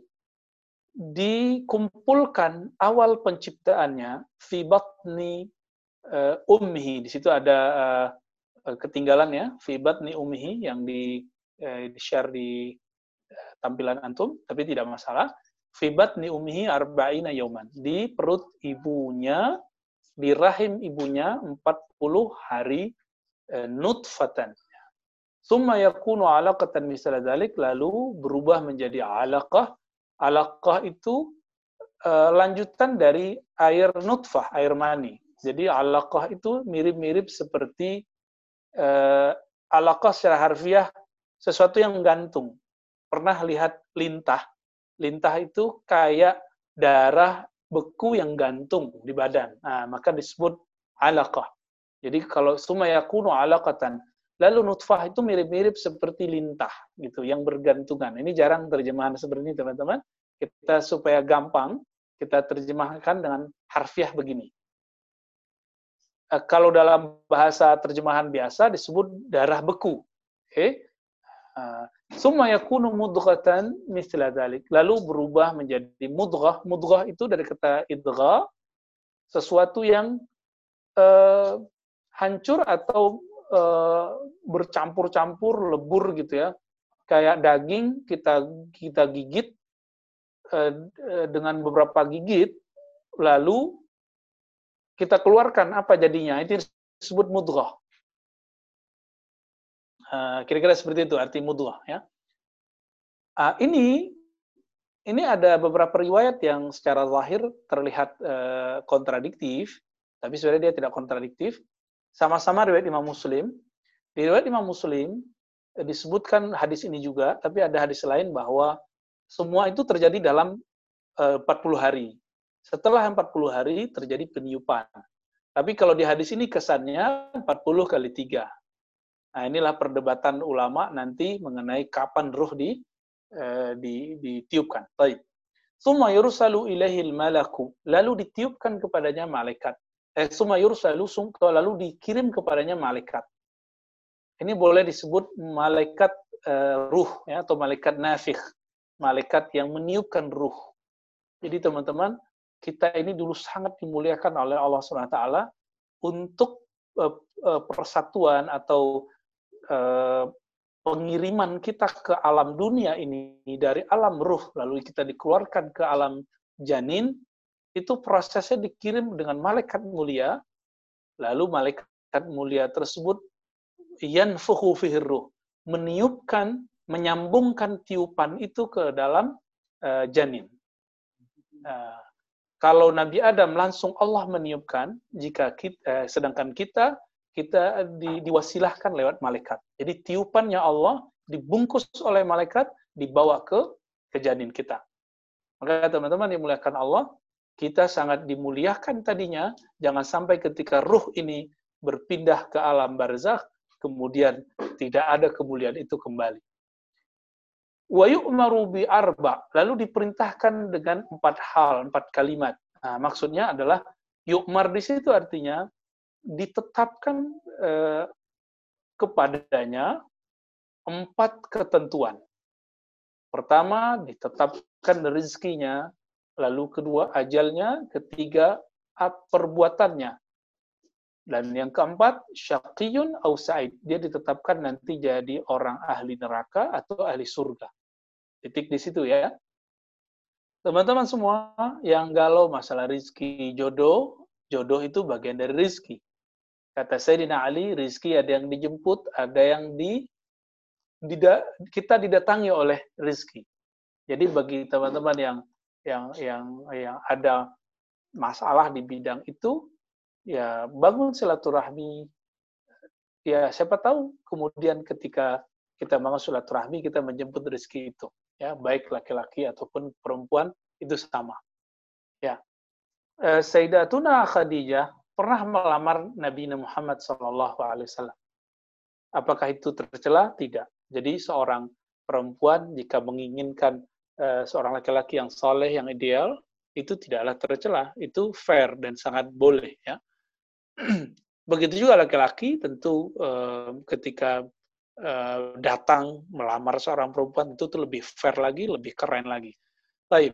dikumpulkan awal penciptaannya fi batni ummihi. Di situ ada ketinggalan ya, fi batni ummihi, yang di-share di tampilan antum, tapi tidak masalah. Fi batni ummihi arba'ina yauman, di perut ibunya, di rahim ibunya 40 hari nutfatan. Summa yakunu 'alaqatan misla dzalik, lalu berubah menjadi 'alaqah. 'Alaqah itu lanjutan dari air nutfah, air mani. Jadi 'alaqah itu mirip-mirip seperti 'alaqah secara harfiah sesuatu yang gantung. Pernah lihat lintah? Lintah itu kayak darah beku yang gantung di badan. Nah, maka disebut 'alaqah. Jadi kalau summa yakunu 'alaqatan, lalu nutfah itu mirip-mirip seperti lintah gitu yang bergantungan. Ini jarang terjemahan seperti ini, teman-teman. Kita supaya gampang kita terjemahkan dengan harfiah begini. Kalau dalam bahasa terjemahan biasa disebut darah beku. Oke. Summa yakunu mudghatan mithla dzalik. Lalu berubah menjadi mudghah. Mudghah itu dari kata idgha, sesuatu yang hancur atau bercampur-campur, lebur gitu ya. Kayak daging kita gigit dengan beberapa gigit, lalu kita keluarkan, apa jadinya? Itu disebut mudghah. Kira-kira seperti itu arti mudghah ya. Ini ada beberapa riwayat yang secara zahir terlihat kontradiktif, tapi sebenarnya dia tidak kontradiktif. Sama-sama riwayat Imam Muslim. Di riwayat Imam Muslim disebutkan hadis ini juga, tapi ada hadis lain bahwa semua itu terjadi dalam 40 hari. Setelah 40 hari terjadi peniupan. Tapi kalau di hadis ini kesannya 40 kali 3. Nah, inilah perdebatan ulama nanti mengenai kapan ruh ditiupkan. Baik. Summa yursalu ilaihil malaku, lalu ditiupkan kepadanya malaikat. Summa yursalu, lalu dikirim kepadanya malaikat. Ini boleh disebut malaikat ruh ya, atau malaikat nafikh, malaikat yang meniupkan ruh. Jadi teman-teman, kita ini dulu sangat dimuliakan oleh Allah SWT untuk persatuan atau pengiriman kita ke alam dunia ini dari alam ruh, lalu kita dikeluarkan ke alam janin, itu prosesnya dikirim dengan malaikat mulia, lalu malaikat mulia tersebut yanfukhu fihi ruh, meniupkan, menyambungkan tiupan itu ke dalam janin. Kalau Nabi Adam langsung Allah meniupkan, sedangkan kita diwasilahkan lewat malaikat. Jadi tiupannya Allah dibungkus oleh malaikat, dibawa ke janin kita. Maka teman-teman dimuliakan Allah, kita sangat dimuliakan tadinya, jangan sampai ketika ruh ini berpindah ke alam barzakh, kemudian tidak ada kemuliaan itu kembali. Wa yu'maru bi arba, lalu diperintahkan dengan 4 hal, 4 kalimat. Nah, maksudnya adalah yu'mar di situ artinya ditetapkan kepadanya 4 ketentuan. Pertama, ditetapkan rezekinya, lalu kedua ajalnya, ketiga perbuatannya. Dan yang keempat, syaqiyun au sa'id. Dia ditetapkan nanti jadi orang ahli neraka atau ahli surga. Titik di situ ya. Teman-teman semua yang galau masalah rezeki jodoh, jodoh itu bagian dari rizki. Kata Sayyidina Ali, rizki ada yang dijemput, ada yang kita didatangi oleh rizki. Jadi bagi teman-teman yang ada masalah di bidang itu, ya bangun silaturahmi. Ya siapa tahu kemudian ketika kita bangun silaturahmi, kita menjemput rezeki itu. Ya, baik laki-laki ataupun perempuan itu sama. Ya, Sayyidatuna Khadijah pernah melamar Nabi Muhammad SAW. Apakah itu tercela? Tidak. Jadi seorang perempuan jika menginginkan seorang laki-laki yang soleh, yang ideal, itu tidaklah tercela. Itu fair dan sangat boleh. Ya. Begitu juga laki-laki tentu ketika datang melamar seorang perempuan itu tuh lebih fair lagi, lebih keren lagi. Baik.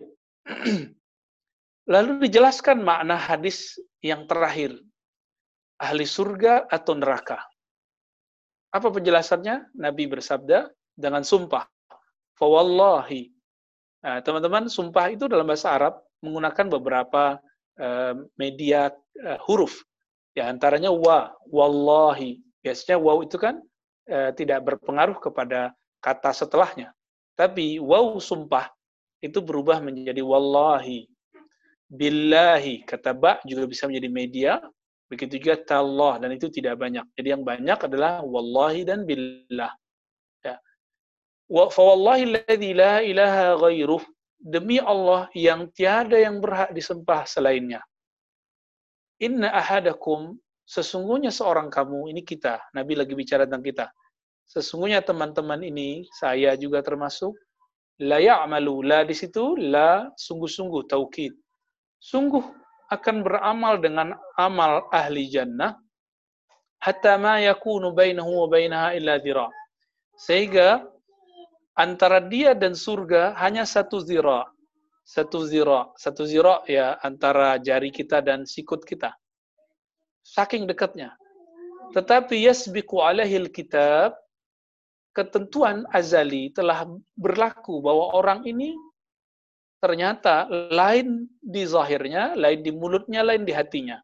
Lalu dijelaskan makna hadis yang terakhir, ahli surga atau neraka. Apa penjelasannya? Nabi bersabda dengan sumpah. Fawallahi. Nah, teman-teman, sumpah itu dalam bahasa Arab menggunakan beberapa media huruf. Ya, antaranya wa, wallahi. Biasanya waw itu kan tidak berpengaruh kepada kata setelahnya. Tapi waw sumpah itu berubah menjadi wallahi. Billahi, kata ba juga bisa menjadi media, begitu juga tallah, dan itu tidak banyak. Jadi yang banyak adalah wallahi dan billah. Ya. Fa wallahi alladzi la ilaha ghairuh, demi Allah yang tiada yang berhak disembah selainnya. Inna ahadakum, sesungguhnya seorang kamu, ini kita, Nabi lagi bicara tentang kita. Sesungguhnya teman-teman ini, saya juga termasuk, la ya'malu, la di situ, la sungguh-sungguh taukid. Sungguh akan beramal dengan amal ahli jannah, hatta ma yakunu bainahu wa bainaha illa dhira. Sehingga antara dia dan surga hanya satu zira. Satu zira ya antara jari kita dan sikut kita. Saking dekatnya. Tetapi yasbiqu alaihil kitab, ketentuan azali telah berlaku bahwa orang ini ternyata lain di zahirnya, lain di mulutnya, lain di hatinya.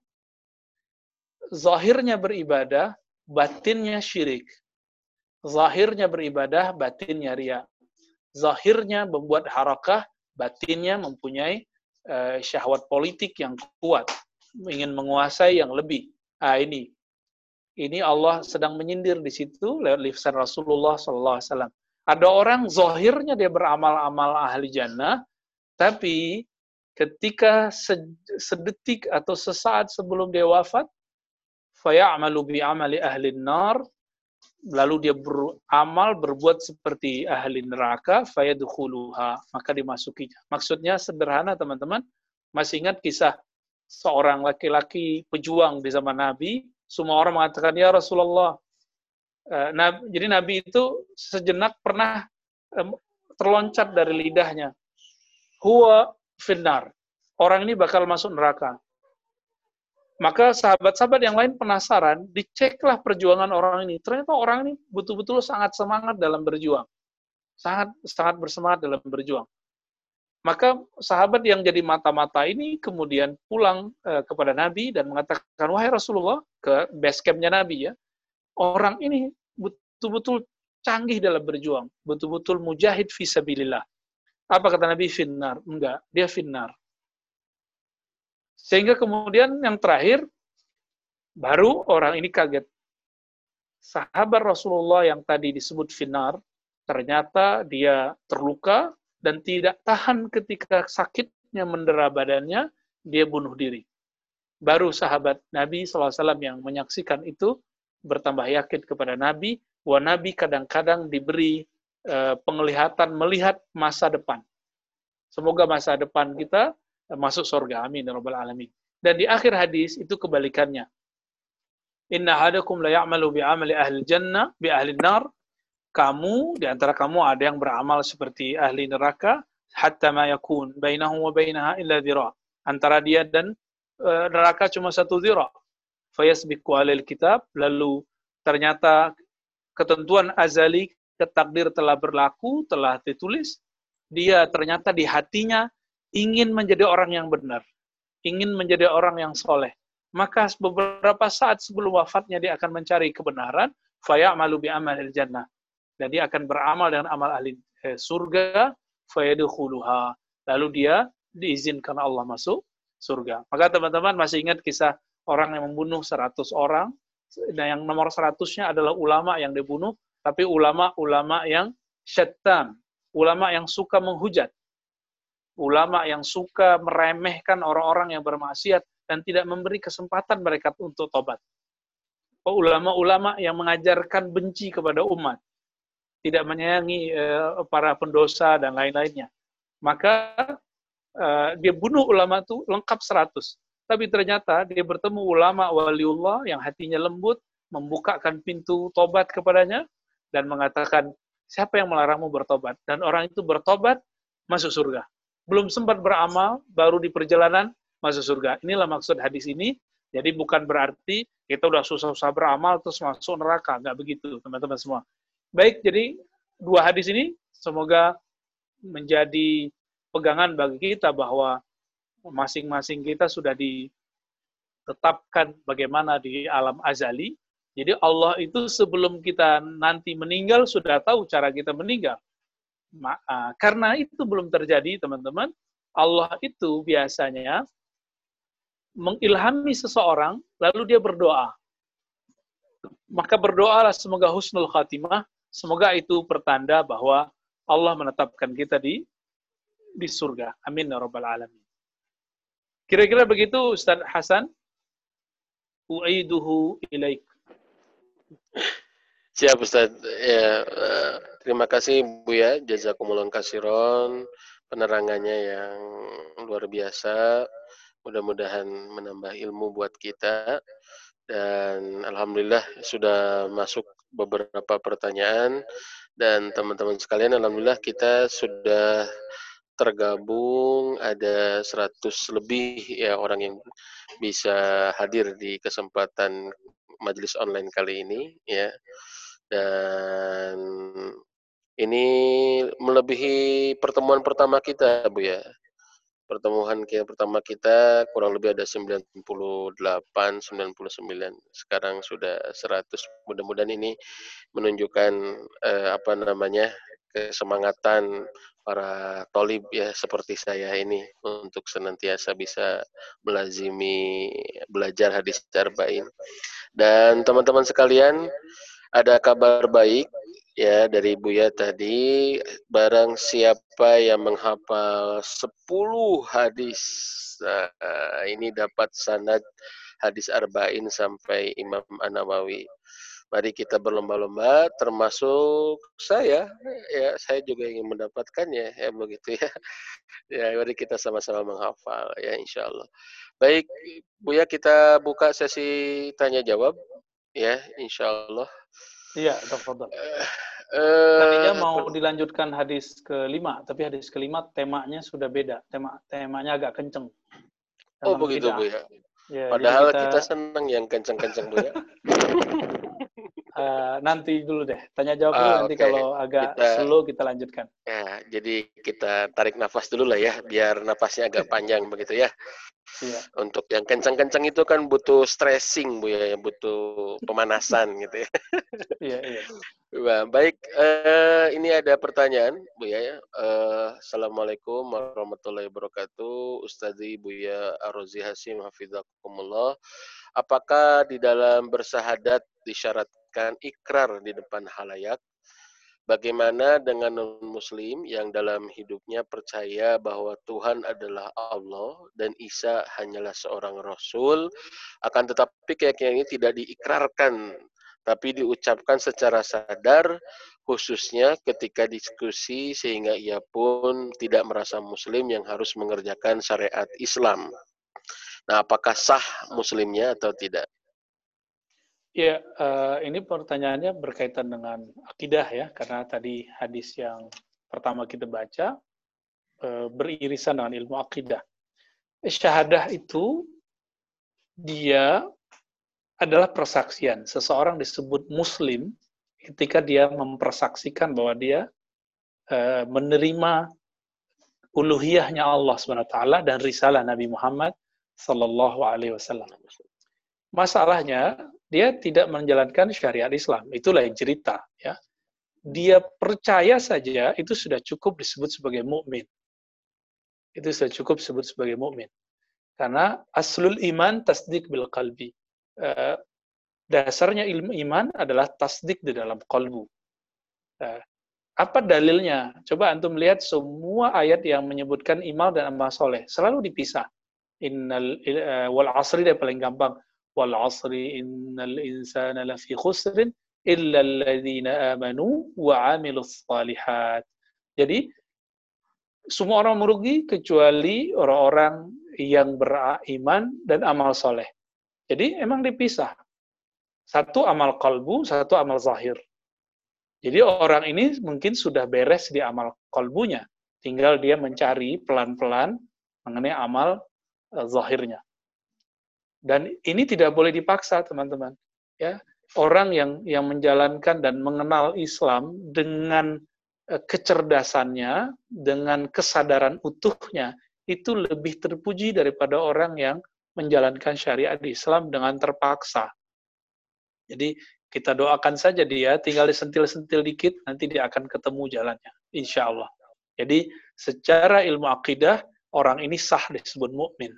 Zahirnya beribadah, batinnya syirik. Zahirnya beribadah, batinnya riya. Zahirnya membuat harakah, batinnya mempunyai syahwat politik yang kuat, ingin menguasai yang lebih. Ini Allah sedang menyindir di situ lewat lisan Rasulullah SAW. Ada orang zahirnya dia beramal-amal ahli jannah, tapi ketika sedetik atau sesaat sebelum dia wafat, faya'malu bi'amali ahli nar, lalu dia beramal berbuat seperti ahli neraka, fayadkhuluha, maka dimasukinya. Maksudnya sederhana teman-teman, masih ingat kisah seorang laki-laki pejuang di zaman Nabi, semua orang mengatakan, ya Rasulullah. Jadi Nabi itu sejenak pernah terloncat dari lidahnya. Huwa finnar. Orang ini bakal masuk neraka. Maka sahabat-sahabat yang lain penasaran, diceklah perjuangan orang ini. Ternyata orang ini betul-betul sangat semangat dalam berjuang. Sangat bersemangat dalam berjuang. Maka sahabat yang jadi mata-mata ini kemudian pulang kepada Nabi dan mengatakan, wahai Rasulullah, ke base camp-nya Nabi ya, orang ini betul-betul canggih dalam berjuang, betul-betul mujahid fisabilillah. Apa kata Nabi? Finnar. Enggak, dia finnar. Sehingga kemudian yang terakhir, baru orang ini kaget. Sahabat Rasulullah yang tadi disebut finnar, ternyata dia terluka dan tidak tahan ketika sakitnya mendera badannya, dia bunuh diri. Baru sahabat Nabi SAW yang menyaksikan itu bertambah yakin kepada Nabi, bahwa Nabi kadang-kadang diberi penglihatan melihat masa depan. Semoga masa depan kita masuk surga. Amin ya rabbal alamin. Dan di akhir hadis itu kebalikannya. Inna ahadakum la ya'malu bi'amali ahli jannah bi ahli nar. Kamu di antara kamu ada yang beramal seperti ahli neraka, hatta ma yakun bainahu wa bainaha illa dhira. Antara dia dan neraka cuma satu dhira. Fayasbiqu alal kitab, lalu ternyata ketentuan azali, takdir telah berlaku, telah ditulis, dia ternyata di hatinya ingin menjadi orang yang benar, ingin menjadi orang yang soleh, maka beberapa saat sebelum wafatnya dia akan mencari kebenaran, fayamalu bi amalil jannah. Dan dia akan beramal dengan amal ahli surga, fayadkhuluha. Lalu dia diizinkan Allah masuk surga. Maka teman-teman masih ingat kisah orang yang membunuh 100 orang, dan yang nomor 100-nya adalah ulama yang dibunuh, tapi ulama-ulama yang syaitan, ulama yang suka menghujat, ulama yang suka meremehkan orang-orang yang bermaksiat dan tidak memberi kesempatan mereka untuk tobat. Ulama-ulama yang mengajarkan benci kepada umat, tidak menyayangi para pendosa dan lain-lainnya. Maka dia bunuh ulama itu lengkap 100. Tapi ternyata dia bertemu ulama waliullah yang hatinya lembut, membukakan pintu tobat kepadanya, dan mengatakan, siapa yang melarangmu bertobat? Dan orang itu bertobat, masuk surga. Belum sempat beramal, baru di perjalanan, masuk surga. Inilah maksud hadis ini. Jadi bukan berarti kita udah susah-susah beramal, terus masuk neraka. Nggak begitu, teman-teman semua. Baik, jadi 2 hadis ini, semoga menjadi pegangan bagi kita bahwa masing-masing kita sudah ditetapkan bagaimana di alam azali. Jadi Allah itu sebelum kita nanti meninggal sudah tahu cara kita meninggal. Karena itu belum terjadi, teman-teman, Allah itu biasanya mengilhami seseorang, lalu dia berdoa. Maka berdoalah semoga husnul khatimah, semoga itu pertanda bahwa Allah menetapkan kita di surga. Amin ya rabbal alamin. Kira-kira begitu Ustaz Hasan. U'iduhu ilaik. Siap Ustaz. Ya, terima kasih Buya, jazakumullah khairan, penerangannya yang luar biasa. Mudah-mudahan menambah ilmu buat kita. Dan alhamdulillah sudah masuk beberapa pertanyaan, dan teman-teman sekalian, alhamdulillah kita sudah tergabung ada 100 lebih ya orang yang bisa hadir di kesempatan majelis online kali ini ya. Dan ini melebihi pertemuan pertama kita, Bu ya. Pertemuan pertama kita kurang lebih ada 98, 99. Sekarang sudah 100. Mudah-mudahan ini menunjukkan kesemangatan para tolib ya seperti saya ini untuk senantiasa bisa melazimi belajar hadis arba'in. Dan teman-teman sekalian, ada kabar baik ya dari Buya tadi, barang siapa yang menghafal 10 hadis, ini dapat sanad hadis arba'in sampai Imam An-Nawawi. Mari kita berlomba-lomba, termasuk saya. Ya, saya juga ingin mendapatkannya, ya begitu ya. Ya, mari kita sama-sama menghafal, ya insya Allah. Baik, Buya, kita buka sesi tanya jawab, ya insya Allah. Iya, tafadhol. Tadinya mau dilanjutkan hadis ke-5, tapi hadis ke-5 temanya sudah beda. Temanya agak kenceng. Oh begitu, Bu ya. Ya, padahal kita senang yang kenceng-kenceng, Bu ya. Nanti dulu deh, tanya jawab dulu, nanti kalau agak slow kita lanjutkan. Ya, jadi kita tarik nafas dulu lah ya, biar nafasnya agak panjang begitu ya. Iya. Untuk yang kencang-kencang itu kan butuh stressing, Bu ya, butuh pemanasan gitu ya. Iya, iya. Baik, ini ada pertanyaan, Bu ya. Assalamualaikum warahmatullahi wabarakatuh. Ustadzi Buya Ar-Razi Hasim Hafizakumullah. Apakah di dalam bersahadat disyaratkan ikrar di depan halayak? Bagaimana dengan non-muslim yang dalam hidupnya percaya bahwa Tuhan adalah Allah dan Isa hanyalah seorang rasul, akan tetapi keyakinan ini tidak diikrarkan, tapi diucapkan secara sadar, khususnya ketika diskusi, sehingga ia pun tidak merasa muslim yang harus mengerjakan syariat Islam. Nah, apakah sah muslimnya atau tidak? Ya, ini pertanyaannya berkaitan dengan akidah ya, karena tadi hadis yang pertama kita baca beririsan dengan ilmu akidah. Syahadah itu dia adalah persaksian. Seseorang disebut muslim ketika dia mempersaksikan bahwa dia menerima uluhiyahnya Allah SWT dan risalah Nabi Muhammad sallallahu alaihi wasallam. Masalahnya, dia tidak menjalankan syariat Islam. Itulah yang cerita. Ya. Dia percaya saja, itu sudah cukup disebut sebagai mukmin. Itu sudah cukup disebut sebagai mukmin. Karena aslul iman tasdik bil qalbi. Dasarnya ilmu iman adalah tasdik di dalam kalbu. Apa dalilnya? Coba antum lihat semua ayat yang menyebutkan iman dan amal soleh. Selalu dipisah. Wal asri dia paling gampang. Wal asri innal insana lafi khusrin illa alladhina amanu wa amilus salihat. Jadi, semua orang merugi kecuali orang-orang yang beriman dan amal soleh. Jadi, emang dipisah. Satu amal kalbu, satu amal zahir. Jadi orang ini mungkin sudah beres di amal kalbunya. Tinggal dia mencari pelan-pelan mengenai amal zahirnya. Dan ini tidak boleh dipaksa, teman-teman. Ya, orang yang menjalankan dan mengenal Islam dengan kecerdasannya, dengan kesadaran utuhnya, itu lebih terpuji daripada orang yang menjalankan syariat Islam dengan terpaksa. Jadi kita doakan saja dia, tinggal disentil-sentil dikit, nanti dia akan ketemu jalannya, insya Allah. Jadi secara ilmu akidah, orang ini sah disebut mukmin.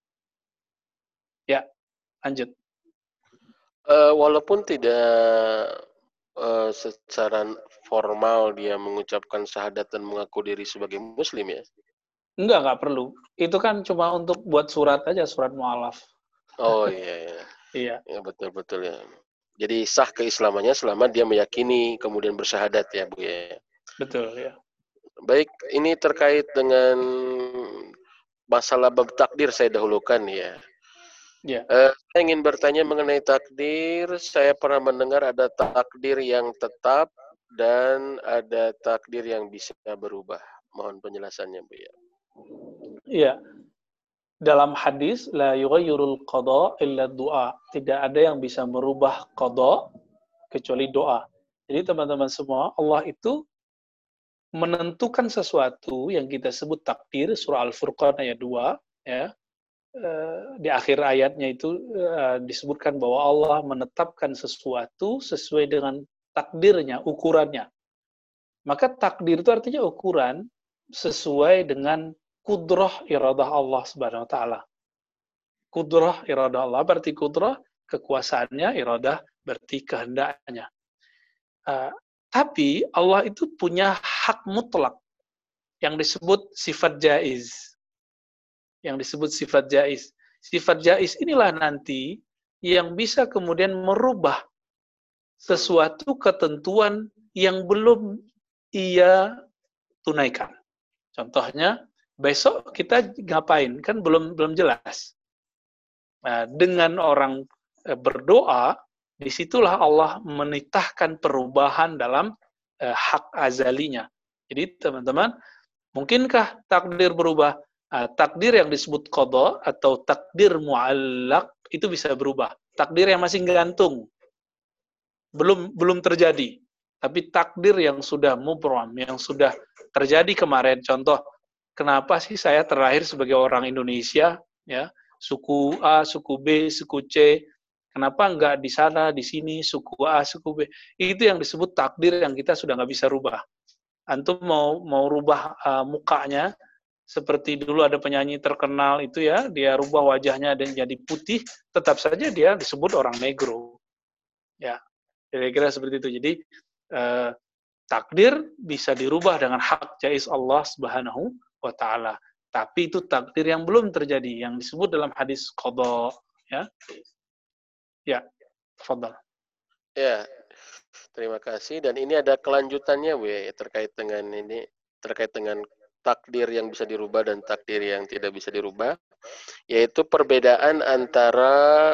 Ya, lanjut. Walaupun tidak secara formal dia mengucapkan syahadat dan mengaku diri sebagai muslim ya? Enggak perlu. Itu kan cuma untuk buat surat aja, surat mu'alaf. Oh iya, iya. Iya. Ya, betul-betul ya. Jadi sah keislamannya selama dia meyakini kemudian bersyahadat ya Bu ya. Betul ya. Baik, ini terkait dengan masalah bab takdir saya dahulukan ya. Ya. Saya ingin bertanya mengenai takdir. Saya pernah mendengar ada takdir yang tetap dan ada takdir yang bisa berubah. Mohon penjelasannya Bu ya. Iya. Dalam hadis la yughayyirul qada illa du'a. Tidak ada yang bisa merubah qada kecuali doa. Jadi teman-teman semua, Allah itu menentukan sesuatu yang kita sebut takdir, surah Al-Furqan ayat 2 ya. Di akhir ayatnya itu disebutkan bahwa Allah menetapkan sesuatu sesuai dengan takdirnya, ukurannya. Maka takdir itu artinya ukuran sesuai dengan kudrah iradah Allah Subhanahu wa taala. Kudrah iradah Allah berarti kudrah kekuasaannya, iradah berarti kehendaknya. Tapi Allah itu punya hak mutlak yang disebut sifat jaiz. Yang disebut sifat jaiz. Sifat jaiz inilah nanti yang bisa kemudian merubah sesuatu ketentuan yang belum ia tunaikan. Contohnya, besok kita ngapain? Kan belum jelas. Nah, dengan orang berdoa, disitulah Allah menitahkan perubahan dalam hak azalinya. Jadi teman-teman, mungkinkah takdir berubah? Takdir yang disebut qada atau takdir mu'allaq itu bisa berubah. Takdir yang masih gantung, belum terjadi. Tapi takdir yang sudah mubram, yang sudah terjadi kemarin. Contoh, kenapa sih saya terlahir sebagai orang Indonesia, ya, suku A, suku B, suku C, kenapa enggak di sana, di sini, suku A, suku B. Itu yang disebut takdir yang kita sudah nggak bisa rubah. Antum mau rubah mukanya, seperti dulu ada penyanyi terkenal itu ya, dia rubah wajahnya dan jadi putih, tetap saja dia disebut orang negro. Ya, kira-kira seperti itu. Jadi takdir bisa dirubah dengan hak jaiz Allah Subhanahu wa taala. Tapi itu takdir yang belum terjadi, yang disebut dalam hadis qada, ya. Ya, tafadhal. Ya, terima kasih. Dan ini ada kelanjutannya Bu ya, terkait dengan ini, terkait dengan takdir yang bisa dirubah dan takdir yang tidak bisa dirubah, yaitu perbedaan antara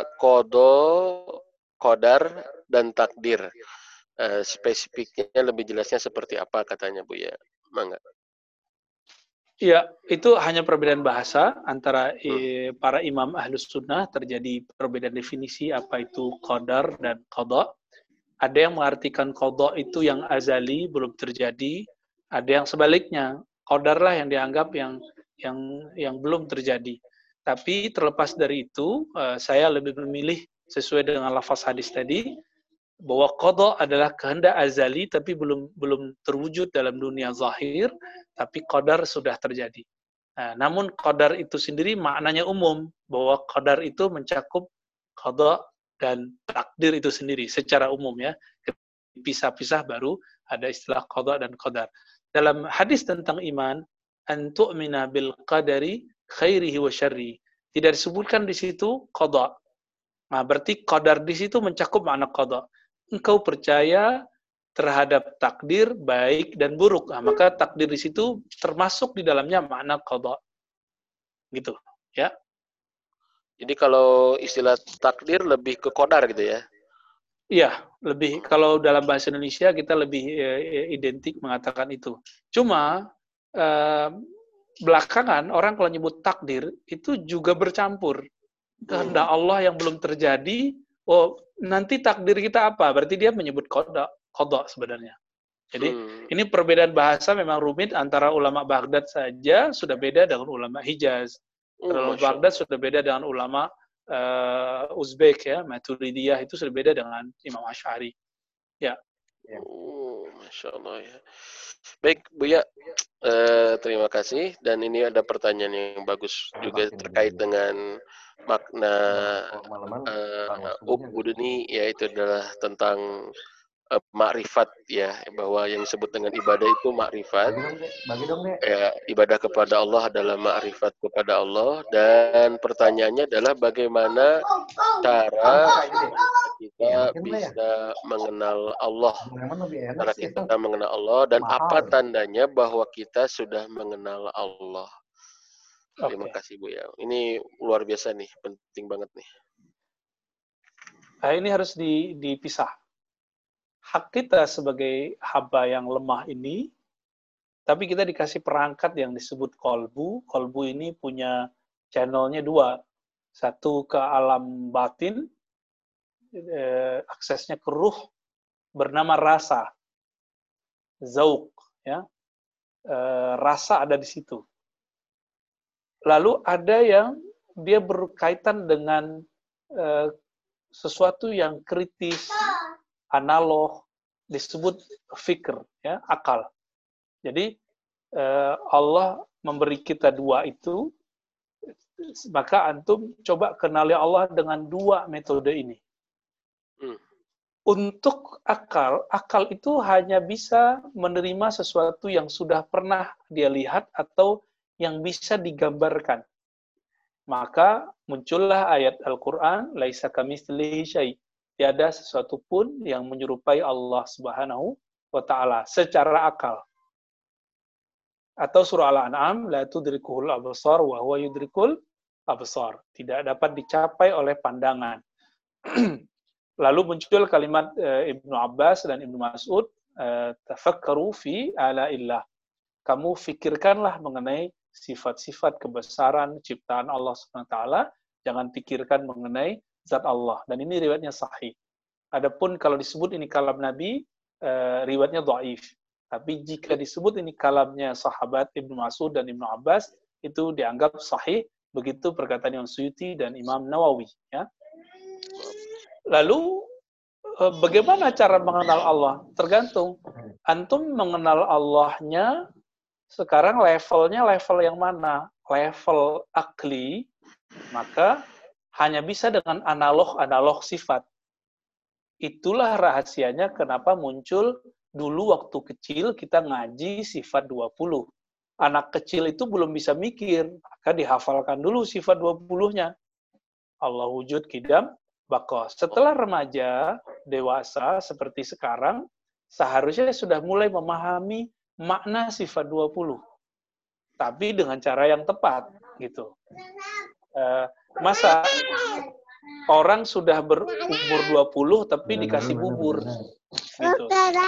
qadar dan takdir. Spesifiknya lebih jelasnya seperti apa katanya Bu ya? Mangga. Ya, itu hanya perbedaan bahasa antara para imam ahlus sunnah, terjadi perbedaan definisi apa itu qadar dan qada. Ada yang mengartikan qada itu yang azali, belum terjadi. Ada yang sebaliknya, qadar lah yang dianggap yang belum terjadi. Tapi terlepas dari itu, saya lebih memilih sesuai dengan lafaz hadis tadi, bahwa qada adalah kehendak azali tapi belum terwujud dalam dunia zahir, tapi qadar sudah terjadi. Nah, namun qadar itu sendiri maknanya umum, bahwa qadar itu mencakup qada dan takdir itu sendiri secara umum ya. Pisah-pisah baru ada istilah qada dan qadar. Dalam hadis tentang iman, an tu'mina bil qadari khairihi wa syarri. Tidak disebutkan di situ qada. Nah, berarti qadar di situ mencakup makna qada. Engkau percaya terhadap takdir baik dan buruk. Nah, maka takdir di situ termasuk di dalamnya makna qada. Gitu, ya. Jadi kalau istilah takdir lebih ke qadar gitu ya. Iya, lebih kalau dalam bahasa Indonesia kita lebih identik mengatakan itu. Cuma belakangan orang kalau nyebut takdir itu juga bercampur. Kehendak Allah yang belum terjadi, oh nanti takdir kita apa? Berarti dia menyebut qada sebenarnya. Jadi ini perbedaan bahasa memang rumit antara ulama Baghdad saja sudah beda dengan ulama Hijaz. Ulama Baghdad sudah beda dengan ulama Uzbek ya, Maturidiyah itu sudah beda dengan Imam Asy'ari. Ya. Masya Allah ya. Baik, Buya, terima kasih. Dan ini ada pertanyaan yang bagus juga terkait dengan makna ubuduni, yaitu adalah tentang makrifat ya, bahwa yang disebut dengan ibadah itu makrifat. Ya, ibadah kepada Allah adalah makrifat kepada Allah, dan pertanyaannya adalah bagaimana cara kita bisa mengenal Allah, cara kita mengenal Allah, dan apa tandanya bahwa kita sudah mengenal Allah. Terima kasih Bu ya. Ini luar biasa nih, penting banget nih. Nah, ini harus dipisah. Hak kita sebagai hamba yang lemah ini, tapi kita dikasih perangkat yang disebut kolbu. Kolbu ini punya channelnya dua. Satu ke alam batin, aksesnya ke ruh, bernama rasa. Zauq. Ya. Rasa ada di situ. Lalu ada yang dia berkaitan dengan sesuatu yang kritis, analog, disebut fikr, ya, akal. Jadi Allah memberi kita dua itu, maka antum coba kenali Allah dengan dua metode ini. Untuk akal itu hanya bisa menerima sesuatu yang sudah pernah dia lihat atau yang bisa digambarkan. Maka muncullah ayat Al-Quran, laisa kamitslihi syai'. Tiada sesuatu pun yang menyerupai Allah Subhanahu wa Ta'ala secara akal. Atau surah Al-An'am, la tudrikuhul absar wa huwa yudrikul absar. Tidak dapat dicapai oleh pandangan. Lalu muncul kalimat Ibnu Abbas dan Ibnu Mas'ud, tafakkaru fi ala'illah. Kamu fikirkanlah mengenai sifat-sifat kebesaran ciptaan Allah Subhanahu wa Ta'ala, jangan pikirkan mengenai zat Allah. Dan ini riwayatnya sahih. Adapun kalau disebut ini kalam Nabi, riwayatnya dhaif. Tapi jika disebut ini kalamnya sahabat Ibnu Mas'ud dan Ibnu Abbas, itu dianggap sahih. Begitu perkataan Imam Suyuti dan Imam Nawawi. Ya. Lalu, bagaimana cara mengenal Allah? Tergantung. Antum mengenal Allahnya, sekarang levelnya level yang mana? Level akli, maka hanya bisa dengan analog sifat. Itulah rahasianya kenapa muncul dulu waktu kecil kita ngaji sifat 20. Anak kecil itu belum bisa mikir, maka dihafalkan dulu sifat 20-nya. Allah wujud, qidam, baqa. Setelah remaja, dewasa seperti sekarang, seharusnya sudah mulai memahami makna sifat 20. Tapi dengan cara yang tepat, gitu. Masa orang sudah berumur 20 tapi dikasih bubur. Gitu.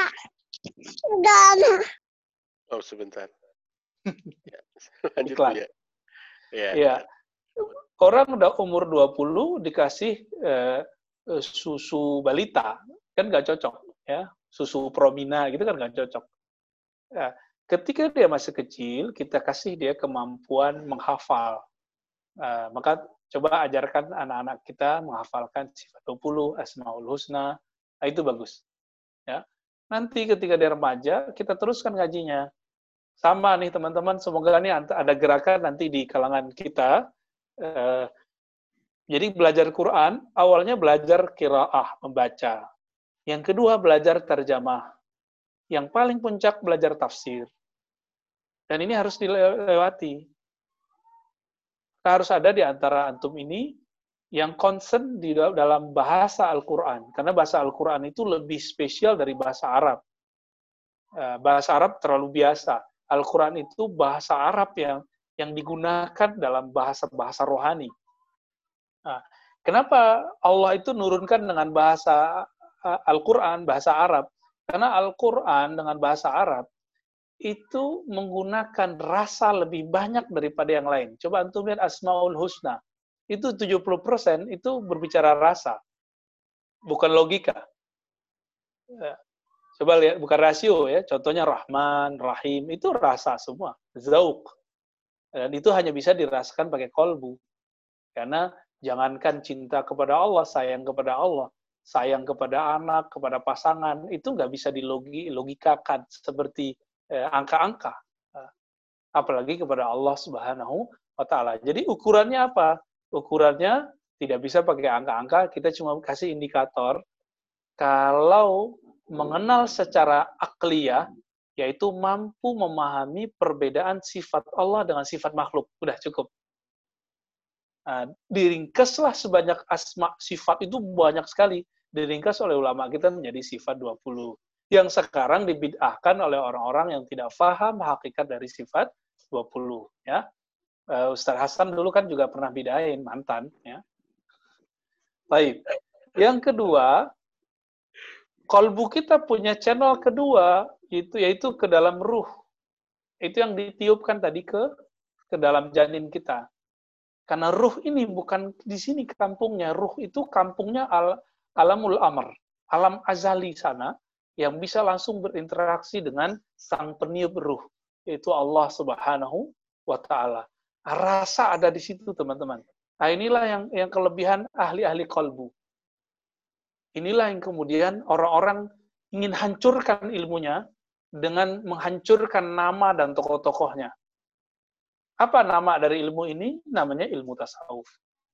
Oh, sebentar. Ya, lanjut ya. Ya. Orang udah umur 20 dikasih susu balita, kan nggak cocok. Ya. Susu Promina gitu kan nggak cocok. Ya. Ketika dia masih kecil, kita kasih dia kemampuan menghafal. Maka Coba ajarkan anak-anak kita menghafalkan sifat 20, Asmaul Husna, nah, itu bagus. Ya. Nanti ketika dia remaja, kita teruskan ngajinya. Sama nih teman-teman, semoga ini ada gerakan nanti di kalangan kita. Jadi belajar Quran, awalnya belajar qiraah, membaca. Yang kedua belajar terjemah. Yang paling puncak belajar tafsir. Dan ini harus dilewati. Harus ada di antara antum ini yang concern di dalam bahasa Al-Quran. Karena bahasa Al-Quran itu lebih spesial dari bahasa Arab. Bahasa Arab terlalu biasa. Al-Quran itu bahasa Arab yang digunakan dalam bahasa-bahasa rohani. Nah, kenapa Allah itu nurunkan dengan bahasa Al-Quran, bahasa Arab? Karena Al-Quran dengan bahasa Arab itu menggunakan rasa lebih banyak daripada yang lain. Coba antum lihat Asmaul Husna. Itu 70% itu berbicara rasa. Bukan logika. Coba lihat, bukan rasio ya. Contohnya Rahman, Rahim, itu rasa semua. Zauq. Dan itu hanya bisa dirasakan pakai kolbu. Karena jangankan cinta kepada Allah, sayang kepada anak, kepada pasangan, itu nggak bisa dilogikakan seperti angka-angka, apalagi kepada Allah Subhanahu wa Ta'ala. Jadi ukurannya apa? Ukurannya tidak bisa pakai angka-angka, kita cuma kasih indikator. Kalau mengenal secara akliyah, yaitu mampu memahami perbedaan sifat Allah dengan sifat makhluk, udah cukup. Diringkaslah sebanyak asma sifat itu banyak sekali. Diringkas oleh ulama kita menjadi sifat 20. Yang sekarang dibid'ahkan oleh orang-orang yang tidak paham hakikat dari sifat 20. Ya. Ustaz Hasan dulu kan juga pernah bid'ahin, mantan. Ya. Baik. Yang kedua, kolbu kita punya channel kedua, yaitu ke dalam ruh. Itu yang ditiupkan tadi ke dalam janin kita. Karena ruh ini bukan di sini kampungnya. Ruh itu kampungnya alamul amr. Alam azali sana. Yang bisa langsung berinteraksi dengan sang peniup ruh. Yaitu Allah Subhanahu wa Ta'ala. Rasa ada di situ, teman-teman. Nah, inilah yang kelebihan ahli-ahli kolbu. Inilah yang kemudian orang-orang ingin hancurkan ilmunya dengan menghancurkan nama dan tokoh-tokohnya. Apa nama dari ilmu ini? Namanya ilmu tasawuf.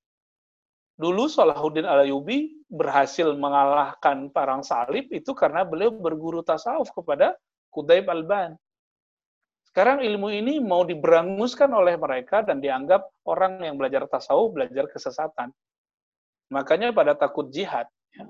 Dulu Salahuddin Al-Ayyubi berhasil mengalahkan perang salib itu karena beliau berguru tasawuf kepada Qutb Al-Ban. Sekarang ilmu ini mau diberanguskan oleh mereka dan dianggap orang yang belajar tasawuf belajar kesesatan. Makanya pada takut jihad, ya.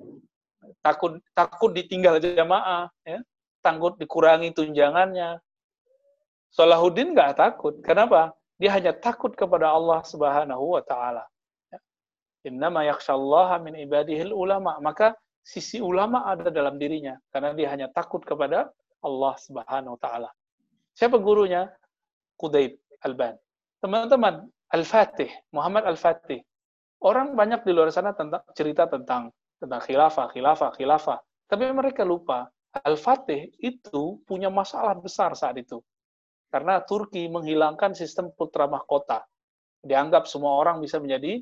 takut ditinggal jamaah, ya. Takut dikurangi tunjangannya. Salahuddin nggak takut. Kenapa? Dia hanya takut kepada Allah Subhanahu wa Ta'ala. Innama yakhshallaha min ibadihil ulama. Maka sisi ulama ada dalam dirinya karena dia hanya takut kepada Allah Subhanahu wa Ta'ala. Siapa gurunya? Qutb Al-Ban. Teman-teman, Al-Fatih, Muhammad Al-Fatih. Orang banyak di luar sana cerita tentang khilafah. Tapi mereka lupa Al-Fatih itu punya masalah besar saat itu. Karena Turki menghilangkan sistem putra mahkota. Dianggap semua orang bisa menjadi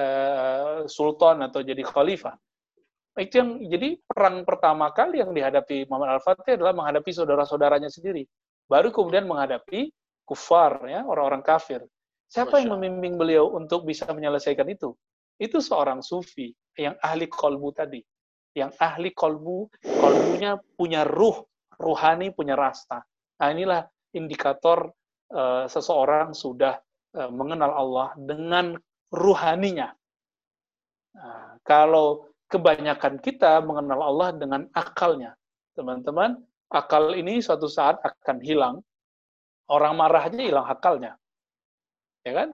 sultan atau jadi khalifah. Itu yang jadi perang pertama kali yang dihadapi Muhammad Al-Fatih adalah menghadapi saudara-saudaranya sendiri. Baru kemudian menghadapi kufar, ya, orang-orang kafir. Siapa yang membimbing beliau untuk bisa menyelesaikan itu? Itu seorang sufi yang ahli kolbu tadi. Yang ahli kolbunya punya ruhani, punya rasa. Nah, inilah indikator seseorang sudah mengenal Allah dengan ruhaninya. Nah, kalau kebanyakan kita mengenal Allah dengan akalnya, teman-teman, akal ini suatu saat akan hilang. Orang marah aja hilang akalnya, ya kan?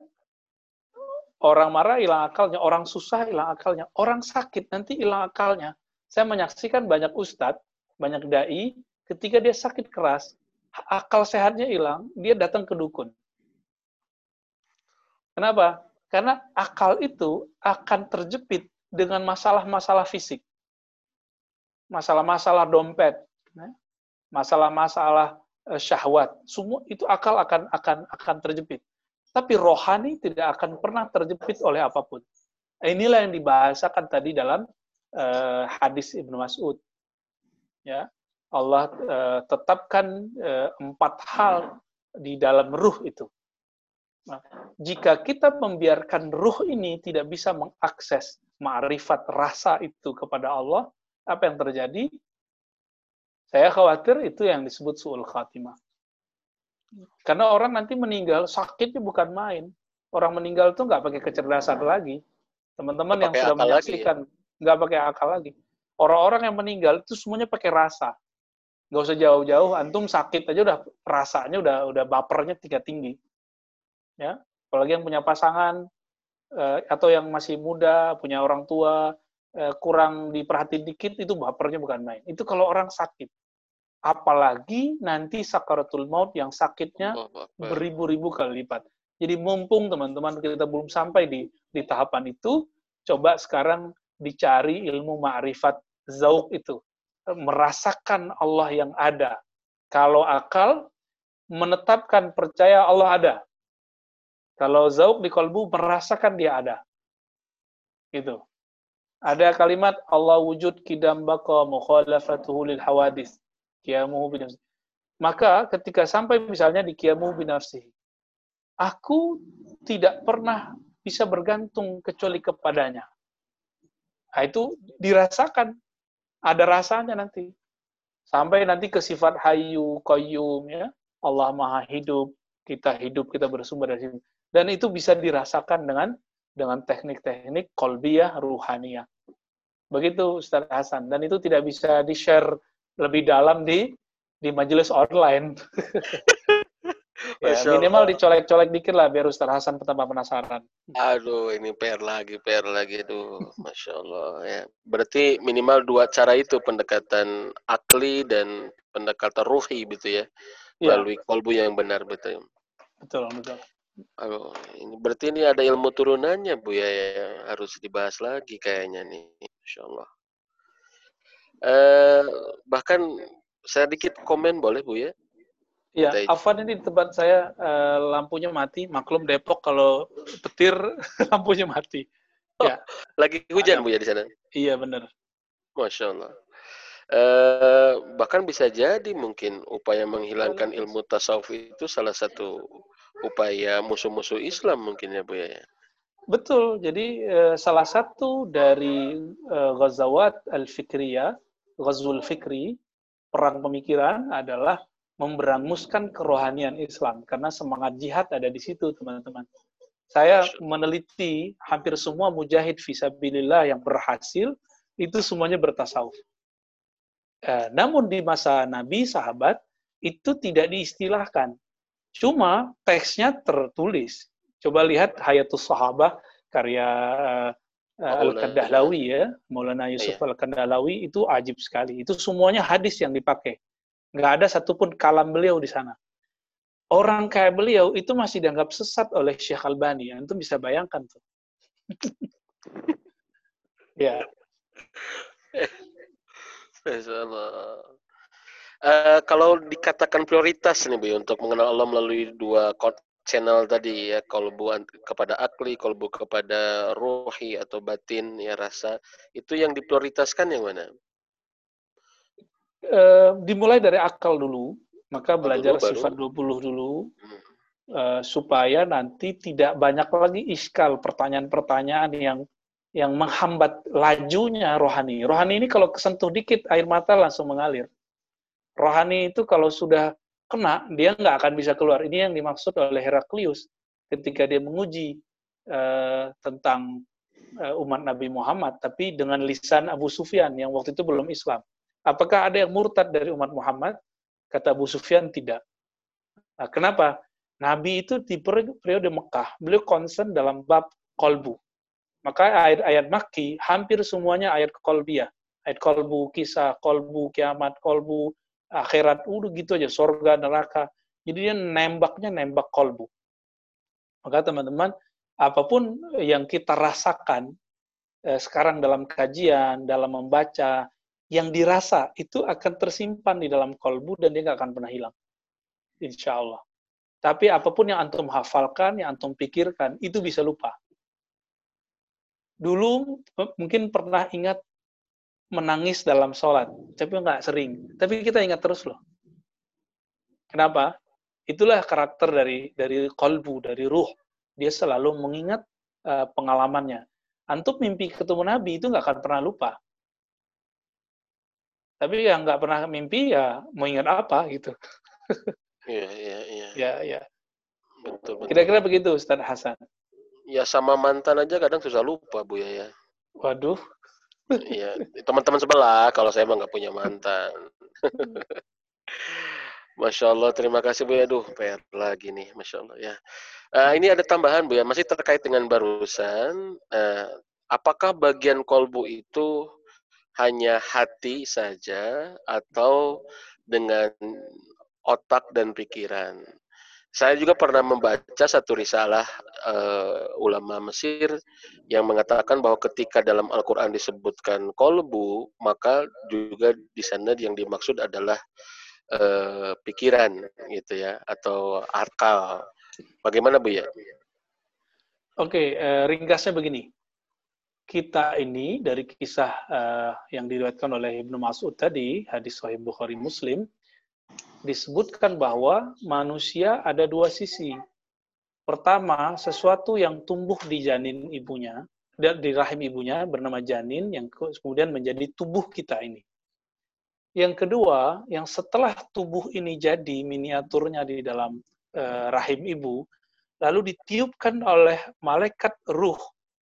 Orang marah hilang akalnya, orang susah hilang akalnya, orang sakit nanti hilang akalnya. Saya menyaksikan banyak ustadz, banyak dai, ketika dia sakit keras, akal sehatnya hilang, dia datang ke dukun. Kenapa? Karena akal itu akan terjepit dengan masalah-masalah fisik. Masalah-masalah dompet, masalah-masalah syahwat, semua itu akal akan terjepit. Tapi rohani tidak akan pernah terjepit oleh apapun. Inilah yang dibahasakan tadi dalam hadis Ibnu Mas'ud. Ya, Allah tetapkan 4 hal di dalam ruh itu. Nah, jika kita membiarkan ruh ini tidak bisa mengakses ma'rifat rasa itu kepada Allah, apa yang terjadi? Saya khawatir itu yang disebut su'ul khatimah. Karena orang nanti meninggal, sakitnya bukan main. Orang meninggal itu nggak pakai kecerdasan lagi. Teman-teman yang sudah menyaksikan, nggak pakai akal lagi. Orang-orang yang meninggal itu semuanya pakai rasa. Nggak usah jauh-jauh, antum sakit aja udah rasanya udah bapernya tinggi. Ya, apalagi yang punya pasangan atau yang masih muda, punya orang tua, kurang diperhatiin dikit, itu bapernya bukan main. Itu kalau orang sakit. Apalagi nanti sakaratul maut yang sakitnya beribu-ribu kali lipat. Jadi mumpung teman-teman kita belum sampai di tahapan itu, coba sekarang dicari ilmu ma'rifat zauq itu. Merasakan Allah yang ada. Kalau akal, menetapkan percaya Allah ada. Kalau zauq di qalbu, merasakan dia ada. Gitu. Ada kalimat Allah wujud kidam baqa mukhalafatuhu lil hawadis. Qiyamuhu binafsihi. Maka ketika sampai misalnya di qiyamuhu binafsihi, aku tidak pernah bisa bergantung kecuali kepadanya. Nah, itu dirasakan. Ada rasanya nanti. Sampai nanti ke sifat hayyu, qayyum, ya. Allah maha hidup, kita bersumber dari sini. Dan itu bisa dirasakan dengan teknik-teknik qalbiyah, ruhaniyah. Begitu Ustaz Hasan. Dan itu tidak bisa di-share lebih dalam di majelis online. Ya, minimal dicolek-colek dikit lah biar Ustaz Hasan tambah penasaran. Aduh, ini PR lagi tuh, Masya Allah ya. Berarti minimal 2 cara itu, pendekatan akli dan pendekatan ruhi gitu ya, melalui kolbu yang benar, betul. Betul. Aduh, berarti ini ada ilmu turunannya Bu ya, harus dibahas lagi kayaknya nih, Masya Allah. Bahkan saya dikit komen boleh Bu ya? Iya, Afan ini di tempat saya lampunya mati. Maklum Depok kalau petir lampunya mati. Ya. Lagi hujan Bu ya di sana? Iya benar. Masya Allah. Bahkan bisa jadi mungkin upaya menghilangkan ilmu tasawuf itu salah satu upaya musuh-musuh Islam mungkin ya Bu ya. Betul. Jadi salah satu dari ghazawat al-fikriyah, ghazwul fikri, perang pemikiran adalah memberanmuskan kerohanian Islam karena semangat jihad ada di situ, teman-teman. Saya meneliti hampir semua mujahid fisabilillah yang berhasil itu semuanya bertasawuf. Namun di masa Nabi, sahabat itu tidak diistilahkan. Cuma teksnya tertulis. Coba lihat Hayatus Sahabah karya Al-Kandahlawi ya, Maulana Yusuf Al-Kandahlawi itu ajib sekali. Itu semuanya hadis yang dipakai. Nggak ada satupun kalam beliau di sana. Orang kayak beliau itu masih dianggap sesat oleh Syekh Albani. Antum bisa bayangkan tuh. Ya. Kalau dikatakan prioritas nih Bu untuk mengenal Allah melalui 2 channel tadi ya, kolbu kepada akli, kolbu kepada ruhi atau batin ya, rasa, itu yang diprioritaskan yang mana? Dimulai dari akal dulu, maka belajar sifat 20 dulu, supaya nanti tidak banyak lagi iskal, pertanyaan-pertanyaan yang menghambat lajunya rohani. Rohani ini kalau kesentuh dikit, air mata langsung mengalir. Rohani itu kalau sudah kena, dia nggak akan bisa keluar. Ini yang dimaksud oleh Heraklius ketika dia menguji tentang umat Nabi Muhammad, tapi dengan lisan Abu Sufyan yang waktu itu belum Islam. Apakah ada yang murtad dari umat Muhammad? Kata Abu Sufyan, tidak. Nah, kenapa? Nabi itu di periode Mekah, beliau concern dalam bab kolbu. Maka ayat-ayat Makki, hampir semuanya ayat kolbiyah. Ayat kolbu, kisah, kolbu, kiamat, kolbu, akhirat, udah gitu aja, sorga, neraka. Jadi dia nembak kolbu. Maka teman-teman, apapun yang kita rasakan sekarang dalam kajian, dalam membaca, yang dirasa itu akan tersimpan di dalam kolbu dan dia nggak akan pernah hilang. Insya Allah. Tapi apapun yang antum hafalkan, yang antum pikirkan, itu bisa lupa. Dulu mungkin pernah ingat menangis dalam sholat, tapi nggak sering. Tapi kita ingat terus loh. Kenapa? Itulah karakter dari kolbu, dari ruh. Dia selalu mengingat pengalamannya. Antum mimpi ketemu Nabi itu nggak akan pernah lupa. Tapi yang nggak pernah mimpi ya mau ingat apa gitu. Iya. Ya. Betul. Kira-kira begitu Ustaz Hasan. Ya sama mantan aja kadang susah lupa Bu ya. Waduh. Iya, teman-teman sebelah kalau saya mah nggak punya mantan. Masya Allah, terima kasih Bu ya. Aduh, PR lagi nih, Masya Allah ya. Ini ada tambahan Bu ya, masih terkait dengan barusan. Apakah bagian kolbu itu hanya hati saja atau dengan otak dan pikiran? Saya juga pernah membaca satu risalah ulama Mesir yang mengatakan bahwa ketika dalam Al-Quran disebutkan kolbu, maka juga di sana yang dimaksud adalah pikiran gitu ya, atau akal. Bagaimana Bu ya? Oke, ringkasnya begini. Kita ini dari kisah yang diriwayatkan oleh Ibnu Mas'ud tadi, hadis Sahih Bukhari Muslim, disebutkan bahwa manusia ada dua sisi. Pertama, sesuatu yang tumbuh di janin ibunya, di rahim ibunya bernama janin, yang kemudian menjadi tubuh kita ini. Yang kedua, yang setelah tubuh ini jadi miniaturnya di dalam rahim ibu, lalu ditiupkan oleh malaikat ruh,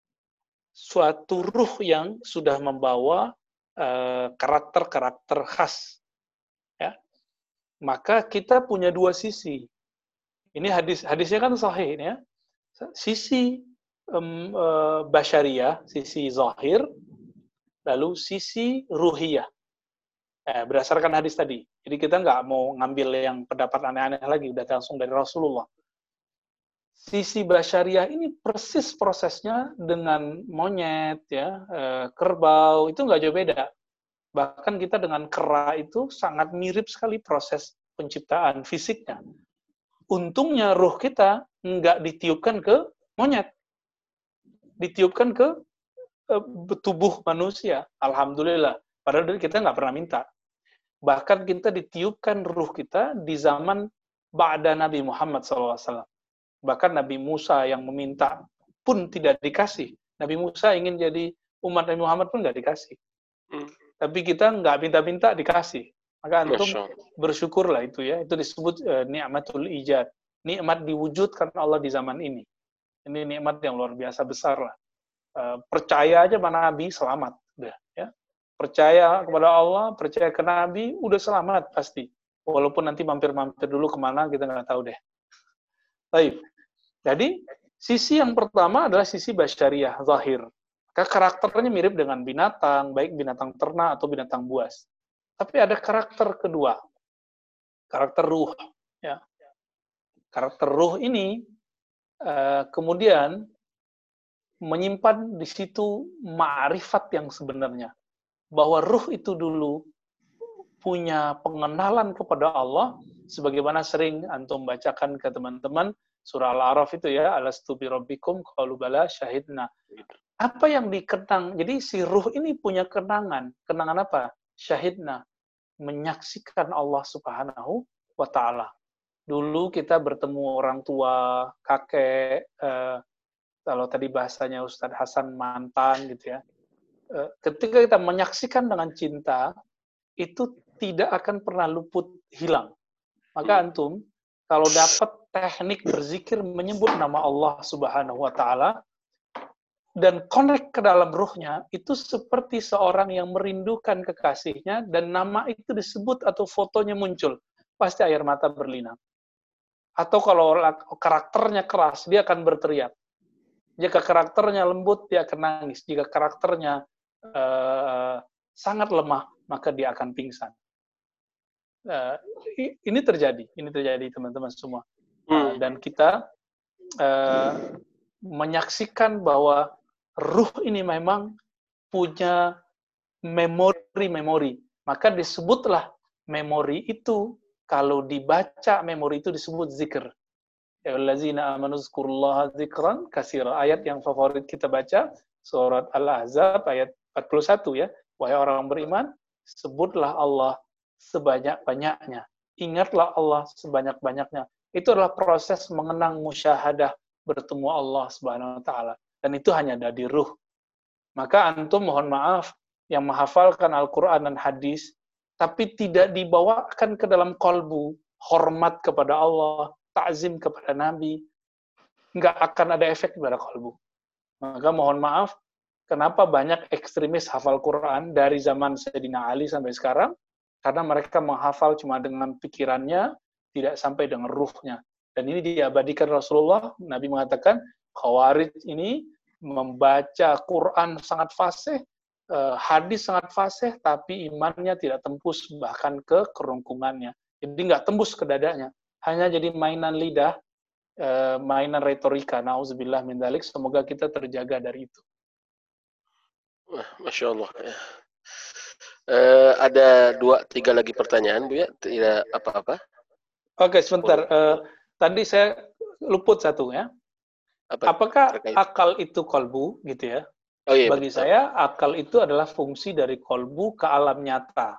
suatu ruh yang sudah membawa karakter-karakter khas. Ya. Maka kita punya dua sisi. Ini hadisnya kan sahih ya. Sisi basyariah, sisi zahir, lalu sisi ruhiyah. Berdasarkan hadis tadi. Jadi kita nggak mau ngambil yang pendapat aneh-aneh lagi, udah langsung dari Rasulullah. Sisi basyariah ini persis prosesnya dengan monyet, ya, kerbau, itu nggak jauh beda. Bahkan kita dengan kera itu sangat mirip sekali proses penciptaan fisiknya. Untungnya ruh kita nggak ditiupkan ke monyet, ditiupkan ke tubuh manusia. Alhamdulillah. Padahal kita nggak pernah minta. Bahkan kita ditiupkan ruh kita di zaman ba'da Nabi Muhammad SAW. Bahkan Nabi Musa yang meminta pun tidak dikasih. Nabi Musa ingin jadi umat Nabi Muhammad pun nggak dikasih. Tapi kita nggak minta-minta dikasih. Maka antum bersyukurlah itu ya. Itu disebut ni'matul ijad. Nikmat diwujudkan Allah di zaman ini. Ini nikmat yang luar biasa besar lah. Percaya aja sama Nabi selamat. Udah, ya. Percaya kepada Allah, percaya ke Nabi, udah selamat pasti. Walaupun nanti mampir-mampir dulu kemana, kita nggak tahu deh. Baik. Jadi, sisi yang pertama adalah sisi basyariah, zahir. Karakternya mirip dengan binatang, baik binatang ternak atau binatang buas. Tapi ada karakter kedua, karakter ruh. Ya. Karakter ruh ini kemudian menyimpan di situ ma'rifat yang sebenarnya. Bahwa ruh itu dulu punya pengenalan kepada Allah, sebagaimana sering antum bacakan ke teman-teman, surah Al-A'raf itu ya, alastu bi rabbikum qalu bala syahidna. Apa yang dikenang? Jadi si ruh ini punya kenangan. Kenangan apa? Syahidna. Menyaksikan Allah Subhanahu wa ta'ala. Dulu kita bertemu orang tua, kakek, kalau tadi bahasanya Ustadz Hasan mantan gitu ya. Ketika kita menyaksikan dengan cinta, itu tidak akan pernah luput hilang. Maka antum, kalau dapat teknik berzikir menyebut nama Allah Subhanahu wa ta'ala, dan connect ke dalam ruhnya, itu seperti seorang yang merindukan kekasihnya, dan nama itu disebut atau fotonya muncul. Pasti air mata berlinang. Atau kalau karakternya keras, dia akan berteriak. Jika karakternya lembut, dia akan nangis. Jika karakternya sangat lemah, maka dia akan pingsan. Ini terjadi teman-teman semua. Dan kita menyaksikan bahwa ruh ini memang punya memori. Maka disebutlah memori itu, kalau dibaca memori itu disebut zikr. Ya allazina amanu dzkurullaha dzikran katsira. Ayat yang favorit kita baca surat Al-Ahzab ayat 41 ya. Wahai orang beriman, sebutlah Allah sebanyak-banyaknya. Ingatlah Allah sebanyak-banyaknya. Itu adalah proses mengenang musyahadah bertemu Allah Subhanahu wa taala. Dan itu hanya ada di ruh. Maka antum mohon maaf yang menghafalkan Al-Qur'an dan hadis tapi tidak dibawakan ke dalam kolbu, hormat kepada Allah, ta'zim kepada Nabi, nggak akan ada efek pada kolbu. Maka mohon maaf, kenapa banyak ekstremis hafal Quran dari zaman Sayyidina Ali sampai sekarang? Karena mereka menghafal cuma dengan pikirannya, tidak sampai dengan ruhnya. Dan ini diabadikan Rasulullah, Nabi mengatakan, Khawarij ini membaca Quran sangat fasih, hadis sangat fasih, tapi imannya tidak tembus bahkan ke kerongkongannya. Jadi nggak tembus ke dadanya. Hanya jadi mainan lidah, mainan retorika. Nauzubillah min dzalik. Semoga kita terjaga dari itu. Masya Allah. Ada 2-3 lagi pertanyaan, Bu ya? Tidak apa-apa. Oke, sebentar. Tadi saya luput satu ya. Apakah akal itu kolbu, gitu ya? Oh, iya, bagi betul. Saya, akal itu adalah fungsi dari kolbu ke alam nyata.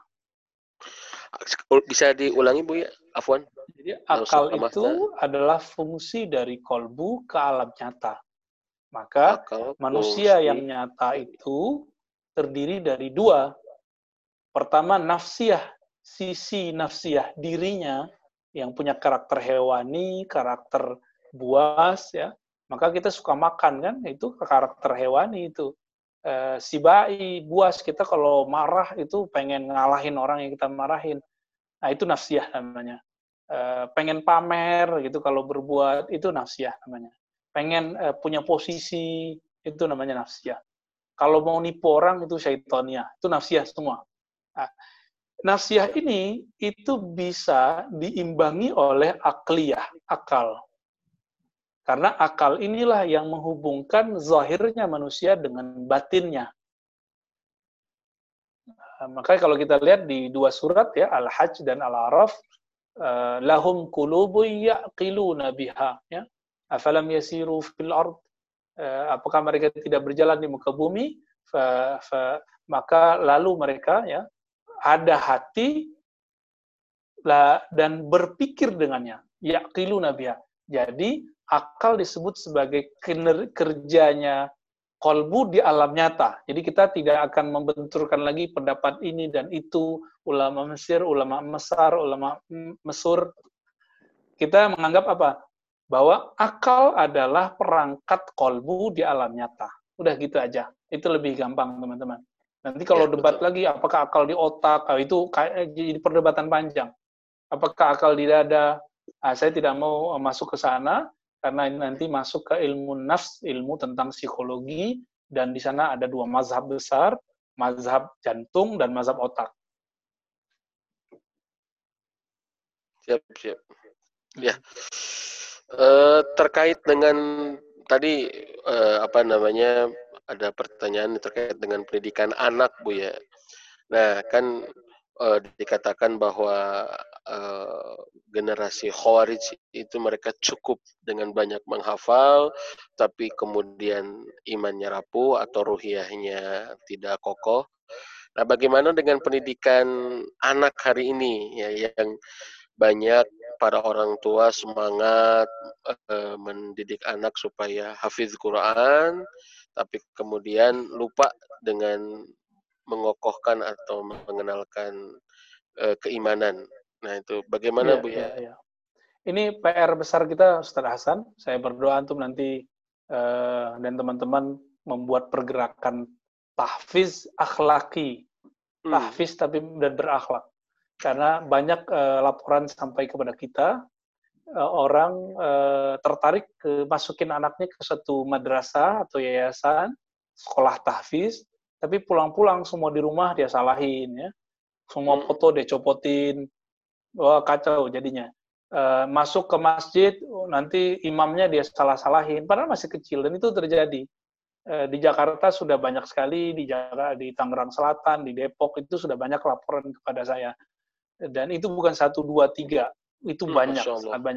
Bisa diulangi, Bu ya? Afwan. Jadi, akal itu adalah fungsi dari kolbu ke alam nyata. Maka, manusia yang nyata itu terdiri dari dua. Pertama, nafsiyah. Sisi nafsiyah dirinya yang punya karakter hewani, karakter buas, ya. Maka kita suka makan, kan? Itu karakter hewani itu. Sibai, buas, kita kalau marah itu pengen ngalahin orang yang kita marahin. Nah, itu nafsiyah namanya. Pengen pamer gitu kalau berbuat, itu nafsiyah namanya. Pengen punya posisi, itu namanya nafsiyah. Kalau mau nipu orang, itu syaitoniyah. Itu nafsiyah semua. Nah, nafsiyah ini itu bisa diimbangi oleh akliyah, akal. Karena akal inilah yang menghubungkan zahirnya manusia dengan batinnya. Makanya kalau kita lihat di dua surat ya, Al-Hajj dan Al-A'raf, lahum qulubun ya'qiluna biha, ya. Afalam yasiru fil ard, apakah mereka tidak berjalan di muka bumi? Maka lalu mereka ya ada hati dan berpikir dengannya. Ya'qiluna biha. Jadi akal disebut sebagai kerjanya kolbu di alam nyata. Jadi kita tidak akan membenturkan lagi pendapat ini dan itu, ulama Mesir, ulama Mesar, ulama Mesur. Kita menganggap apa? Bahwa akal adalah perangkat kolbu di alam nyata. Udah gitu aja. Itu lebih gampang, teman-teman. Nanti kalau debat lagi, apakah akal di otak, itu kayak jadi perdebatan panjang. Apakah akal di dada? Saya tidak mau masuk ke sana, karena nanti masuk ke ilmu nafs, ilmu tentang psikologi, dan di sana ada dua mazhab besar, mazhab jantung dan mazhab otak. Siap. Ya, terkait dengan tadi ada pertanyaan terkait dengan pendidikan anak, Bu ya. Nah, kan dikatakan bahwa generasi Khawarij itu mereka cukup dengan banyak menghafal, tapi kemudian imannya rapuh atau ruhiyahnya tidak kokoh. Nah, bagaimana dengan pendidikan anak hari ini ya, yang banyak para orang tua semangat mendidik anak supaya hafiz Quran, tapi kemudian lupa dengan mengokohkan atau mengenalkan keimanan. Nah, itu bagaimana, Bu ya? Ya. Ini PR besar kita, Ustaz Hasan. Saya berdoa antum nanti dan teman-teman membuat pergerakan tahfiz akhlaki. Tahfiz tapi dan berakhlak. Karena banyak laporan sampai kepada kita, orang tertarik masukin anaknya ke suatu madrasah atau yayasan, sekolah tahfiz, tapi pulang-pulang semua di rumah dia salahin, ya. Semua foto dia copotin, wah kacau jadinya. Masuk ke masjid, nanti imamnya dia salah-salahin, padahal masih kecil, dan itu terjadi. Di Jakarta sudah banyak sekali, di Tangerang Selatan, di Depok, itu sudah banyak laporan kepada saya. Dan itu bukan 1, 2, 3, itu banyak, sangat banyak.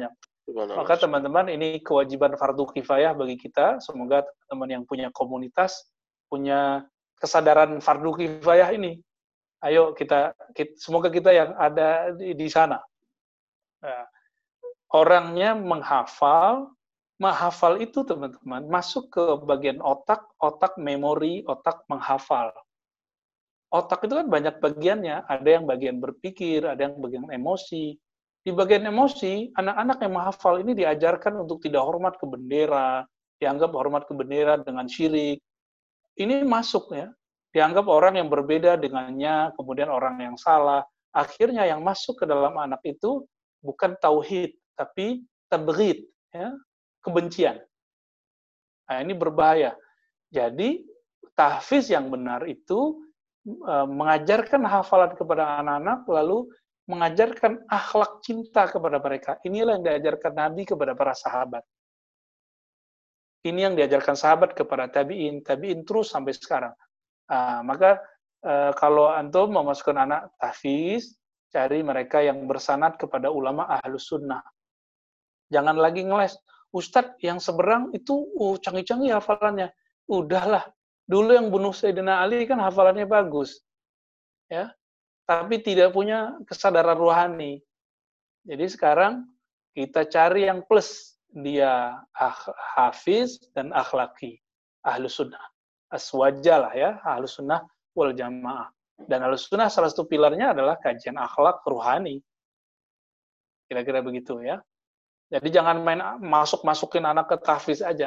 Subhanallah. Maka teman-teman, ini kewajiban fardu kifayah bagi kita. Semoga teman-teman yang punya komunitas punya kesadaran fardu kifayah ini. Ayo semoga kita yang ada di sana. Nah, orangnya menghafal itu teman-teman masuk ke bagian otak memori, otak menghafal. Otak itu kan banyak bagiannya, ada yang bagian berpikir, ada yang bagian emosi. Di bagian emosi, anak-anak yang menghafal ini diajarkan untuk tidak hormat ke bendera, dianggap hormat ke bendera dengan syirik. Ini masuk ya, dianggap orang yang berbeda dengannya, kemudian orang yang salah. Akhirnya yang masuk ke dalam anak itu bukan tauhid, tapi tabghid, ya, kebencian. Nah, ini berbahaya. Jadi tahfiz yang benar itu mengajarkan hafalan kepada anak-anak, lalu mengajarkan akhlak cinta kepada mereka. Inilah yang diajarkan Nabi kepada para sahabat. Ini yang diajarkan sahabat kepada tabi'in terus sampai sekarang. Maka kalau antum memasukkan anak tahfiz, cari mereka yang bersanad kepada ulama ahlus sunnah. Jangan lagi ngeles. Ustadz yang seberang itu canggih-canggih hafalannya. Udahlah, dulu yang bunuh Sayyidina Ali kan hafalannya bagus. Ya, tapi tidak punya kesadaran rohani. Jadi sekarang kita cari yang plus, dia hafiz dan akhlaki, ahlus sunnah. Aswaja lah ya, ahlus sunnah wal jamaah. Dan ahlus sunnah salah satu pilarnya adalah kajian akhlak rohani. Kira-kira begitu ya. Jadi jangan main masukin anak ke tahfiz aja.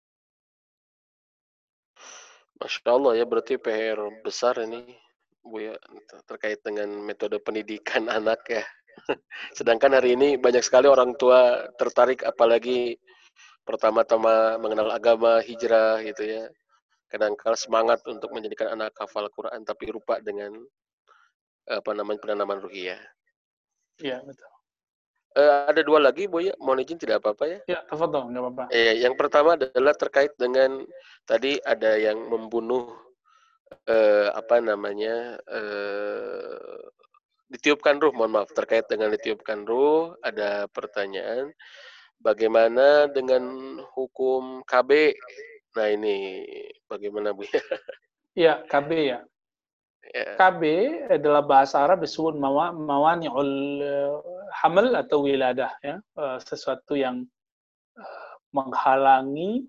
Masya Allah ya, berarti PR besar ini, Bu ya, terkait dengan metode pendidikan anak ya. Sedangkan hari ini banyak sekali orang tua tertarik, apalagi pertama-tama mengenal agama, hijrah gitu ya. Kadang-kala semangat untuk menjadikan anak hafal Quran, tapi lupa dengan penanaman ruhiyah. Iya, betul. Ada dua lagi, Bu ya, mohon izin tidak apa-apa ya? Ya, tafadhol, nggak apa-apa. Yang pertama adalah terkait dengan tadi ada yang membunuh ditiupkan ruh, mohon maaf, terkait dengan ditiupkan ruh, ada pertanyaan, bagaimana dengan hukum KB? Nah ini bagaimana Bu ya? Iya, KB ya. Ya. KB adalah bahasa Arab disebut mawani'ul hamil atau wiladah ya, sesuatu yang menghalangi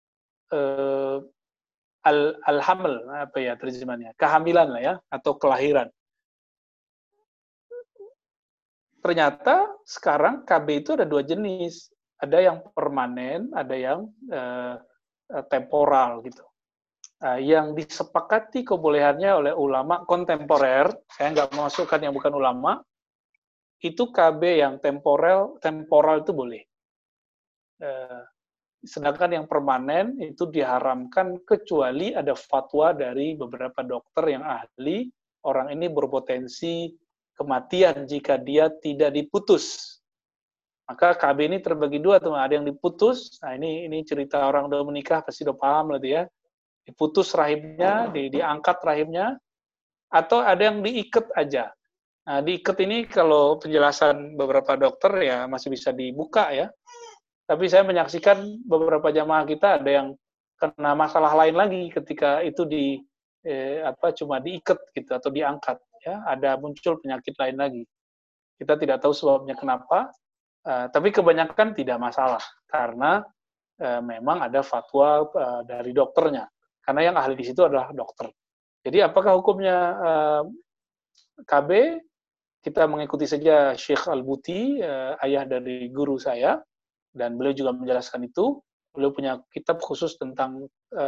al-haml, apa ya terjemahannya, kehamilan lah ya, atau kelahiran. Ternyata sekarang KB itu ada dua jenis, ada yang permanen, ada yang temporal gitu. Yang disepakati kebolehannya oleh ulama kontemporer, saya nggak memasukkan yang bukan ulama, itu KB yang temporal itu boleh. Sedangkan yang permanen itu diharamkan kecuali ada fatwa dari beberapa dokter yang ahli, orang ini berpotensi kematian jika dia tidak diputus. Maka KB ini terbagi dua, teman. Ada yang diputus, nah ini cerita orang udah menikah, pasti udah paham lah dia. Diputus rahimnya, diangkat rahimnya, atau ada yang diikat aja. Nah, diikat ini kalau penjelasan beberapa dokter ya masih bisa dibuka ya. Tapi saya menyaksikan beberapa jamaah kita ada yang kena masalah lain lagi ketika itu cuma diikat gitu atau diangkat ya, ada muncul penyakit lain lagi. Kita tidak tahu sebabnya kenapa, tapi kebanyakan tidak masalah karena memang ada fatwa dari dokternya. Karena yang ahli di situ adalah dokter. Jadi apakah hukumnya KB? Kita mengikuti saja Syekh Al-Buti, ayah dari guru saya, dan beliau juga menjelaskan itu. Beliau punya kitab khusus tentang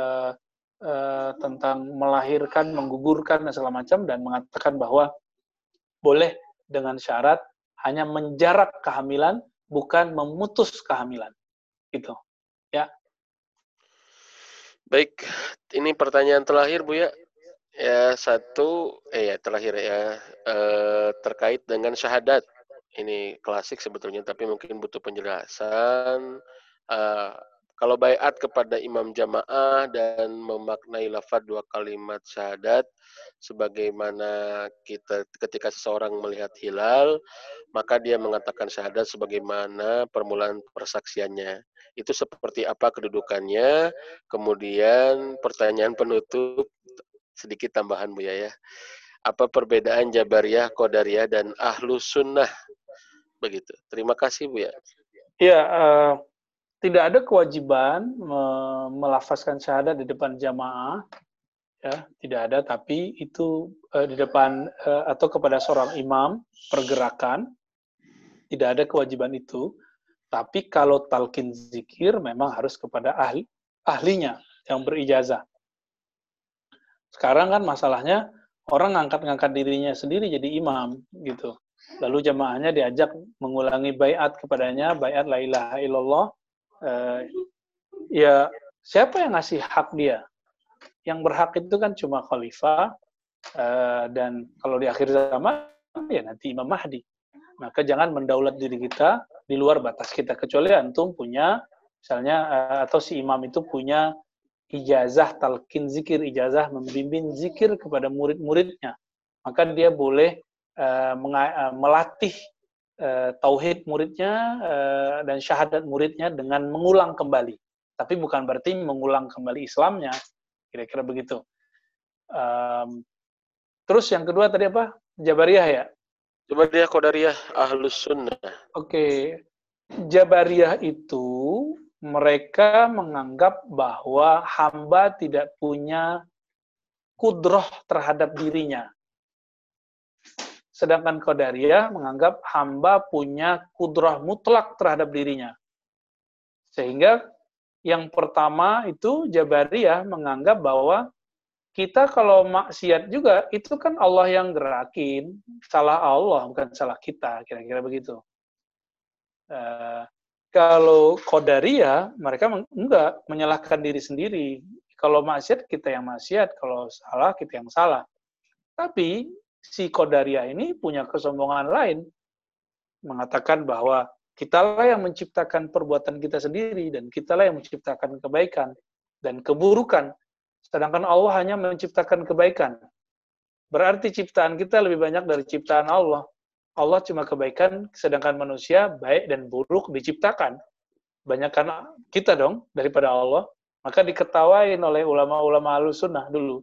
melahirkan, menggugurkan, dan segala macam, dan mengatakan bahwa boleh dengan syarat hanya menjarak kehamilan, bukan memutus kehamilan. Gitu. Ya. Baik, ini pertanyaan terakhir Bu ya. Ya terakhir ya, terkait dengan syahadat. Ini klasik sebetulnya, tapi mungkin butuh penjelasan. Kalau baiat kepada imam jamaah dan memaknai lafaz dua kalimat syahadat sebagaimana kita ketika seseorang melihat hilal, maka dia mengatakan syahadat sebagaimana permulaan persaksiannya. Itu seperti apa kedudukannya? Kemudian pertanyaan penutup sedikit tambahan Buya ya. Apa perbedaan Jabariyah, Qadariyah dan Ahlus Sunnah? Begitu. Terima kasih Buya. Ya, tidak ada kewajiban melafazkan syahadat di depan jamaah, ya, tidak ada. Tapi itu di depan atau kepada seorang imam pergerakan, tidak ada kewajiban itu. Tapi kalau talqin zikir memang harus kepada ahlinya yang berijazah. Sekarang kan masalahnya orang ngangkat-ngangkat dirinya sendiri jadi imam gitu. Lalu jamaahnya diajak mengulangi baiat kepadanya, baiat la ilaha illallah. Ya siapa yang ngasih hak dia? Yang berhak itu kan cuma khalifah, dan kalau di akhir zaman ya nanti Imam Mahdi. Maka jangan mendaulat diri kita di luar batas kita, kecuali antum punya misalnya atau si imam itu punya ijazah talqin zikir, ijazah membimbing zikir kepada murid-muridnya. Maka dia boleh melatih tauhid muridnya dan syahadat muridnya dengan mengulang kembali. Tapi bukan berarti mengulang kembali Islamnya, kira-kira begitu. Terus yang kedua tadi apa? Jabariyah ya? Jabariyah, Qadariyah, Ahlus Sunnah. Oke. Jabariyah itu mereka menganggap bahwa hamba tidak punya kudroh terhadap dirinya. Sedangkan Qadariyah menganggap hamba punya kudroh mutlak terhadap dirinya. Sehingga yang pertama itu Jabariyah menganggap bahwa kita kalau maksiat juga itu kan Allah yang gerakin, salah Allah bukan salah kita, kira-kira begitu. Kalau Qadariyah mereka enggak menyalahkan diri sendiri. Kalau maksiat kita yang maksiat, kalau salah kita yang salah. Tapi si Qadariyah ini punya kesombongan lain, mengatakan bahwa kitalah yang menciptakan perbuatan kita sendiri dan kitalah yang menciptakan kebaikan dan keburukan, sedangkan Allah hanya menciptakan kebaikan. Berarti ciptaan kita lebih banyak dari ciptaan Allah. Allah cuma kebaikan, sedangkan manusia baik dan buruk diciptakan. Banyakkan kita dong daripada Allah. Maka diketawain oleh ulama-ulama Ahlussunnah dulu.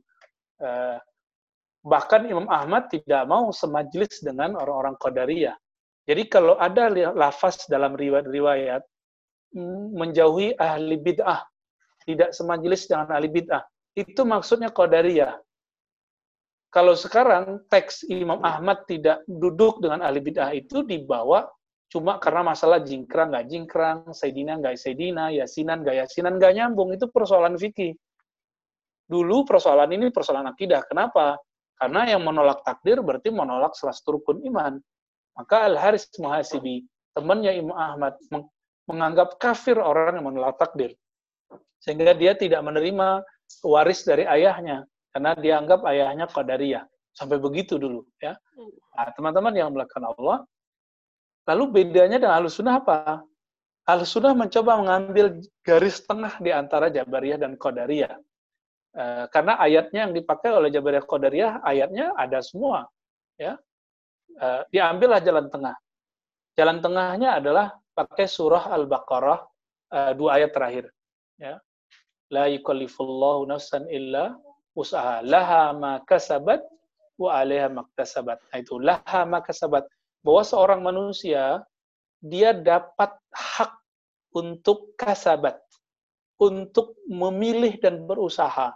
Bahkan Imam Ahmad tidak mau semajlis dengan orang-orang Qadariyah. Jadi kalau ada lafaz dalam riwayat-riwayat menjauhi ahli bid'ah, tidak semajlis dengan ahli bid'ah, itu maksudnya Qadariyah. Kalau sekarang teks Imam Ahmad tidak duduk dengan ahli bid'ah itu dibawa cuma karena masalah jingkrang nggak jingkrang, sayyidina nggak sayyidina, yasinan nggak nyambung, itu persoalan fikih. Dulu persoalan ini persoalan akidah. Kenapa? Karena yang menolak takdir berarti menolak salah satu rukun iman. Maka Al-Haris Muhasibi, temannya Imam Ahmad, menganggap kafir orang yang menolak takdir. Sehingga dia tidak menerima waris dari ayahnya, karena dia anggap ayahnya Qadariyah. Sampai begitu dulu. Ya. Nah, teman-teman yang melakukan Allah, lalu bedanya dengan Ahlussunnah apa? Ahlussunnah mencoba mengambil garis tengah di antara Jabariyah dan Qadariyah. Karena ayatnya yang dipakai oleh Jabariyah Qadariyah, ayatnya ada semua. Ya. Diambillah jalan tengah. Jalan tengahnya adalah pakai surah Al-Baqarah, 2 ayat terakhir. Ya. La yukallifullahu nafsan illa usaha. Laha ma kasabat wa 'alaiha maktasabat. Nah itu laha ma kasabat. Bahwa seorang manusia dia dapat hak untuk kasabat, untuk memilih dan berusaha.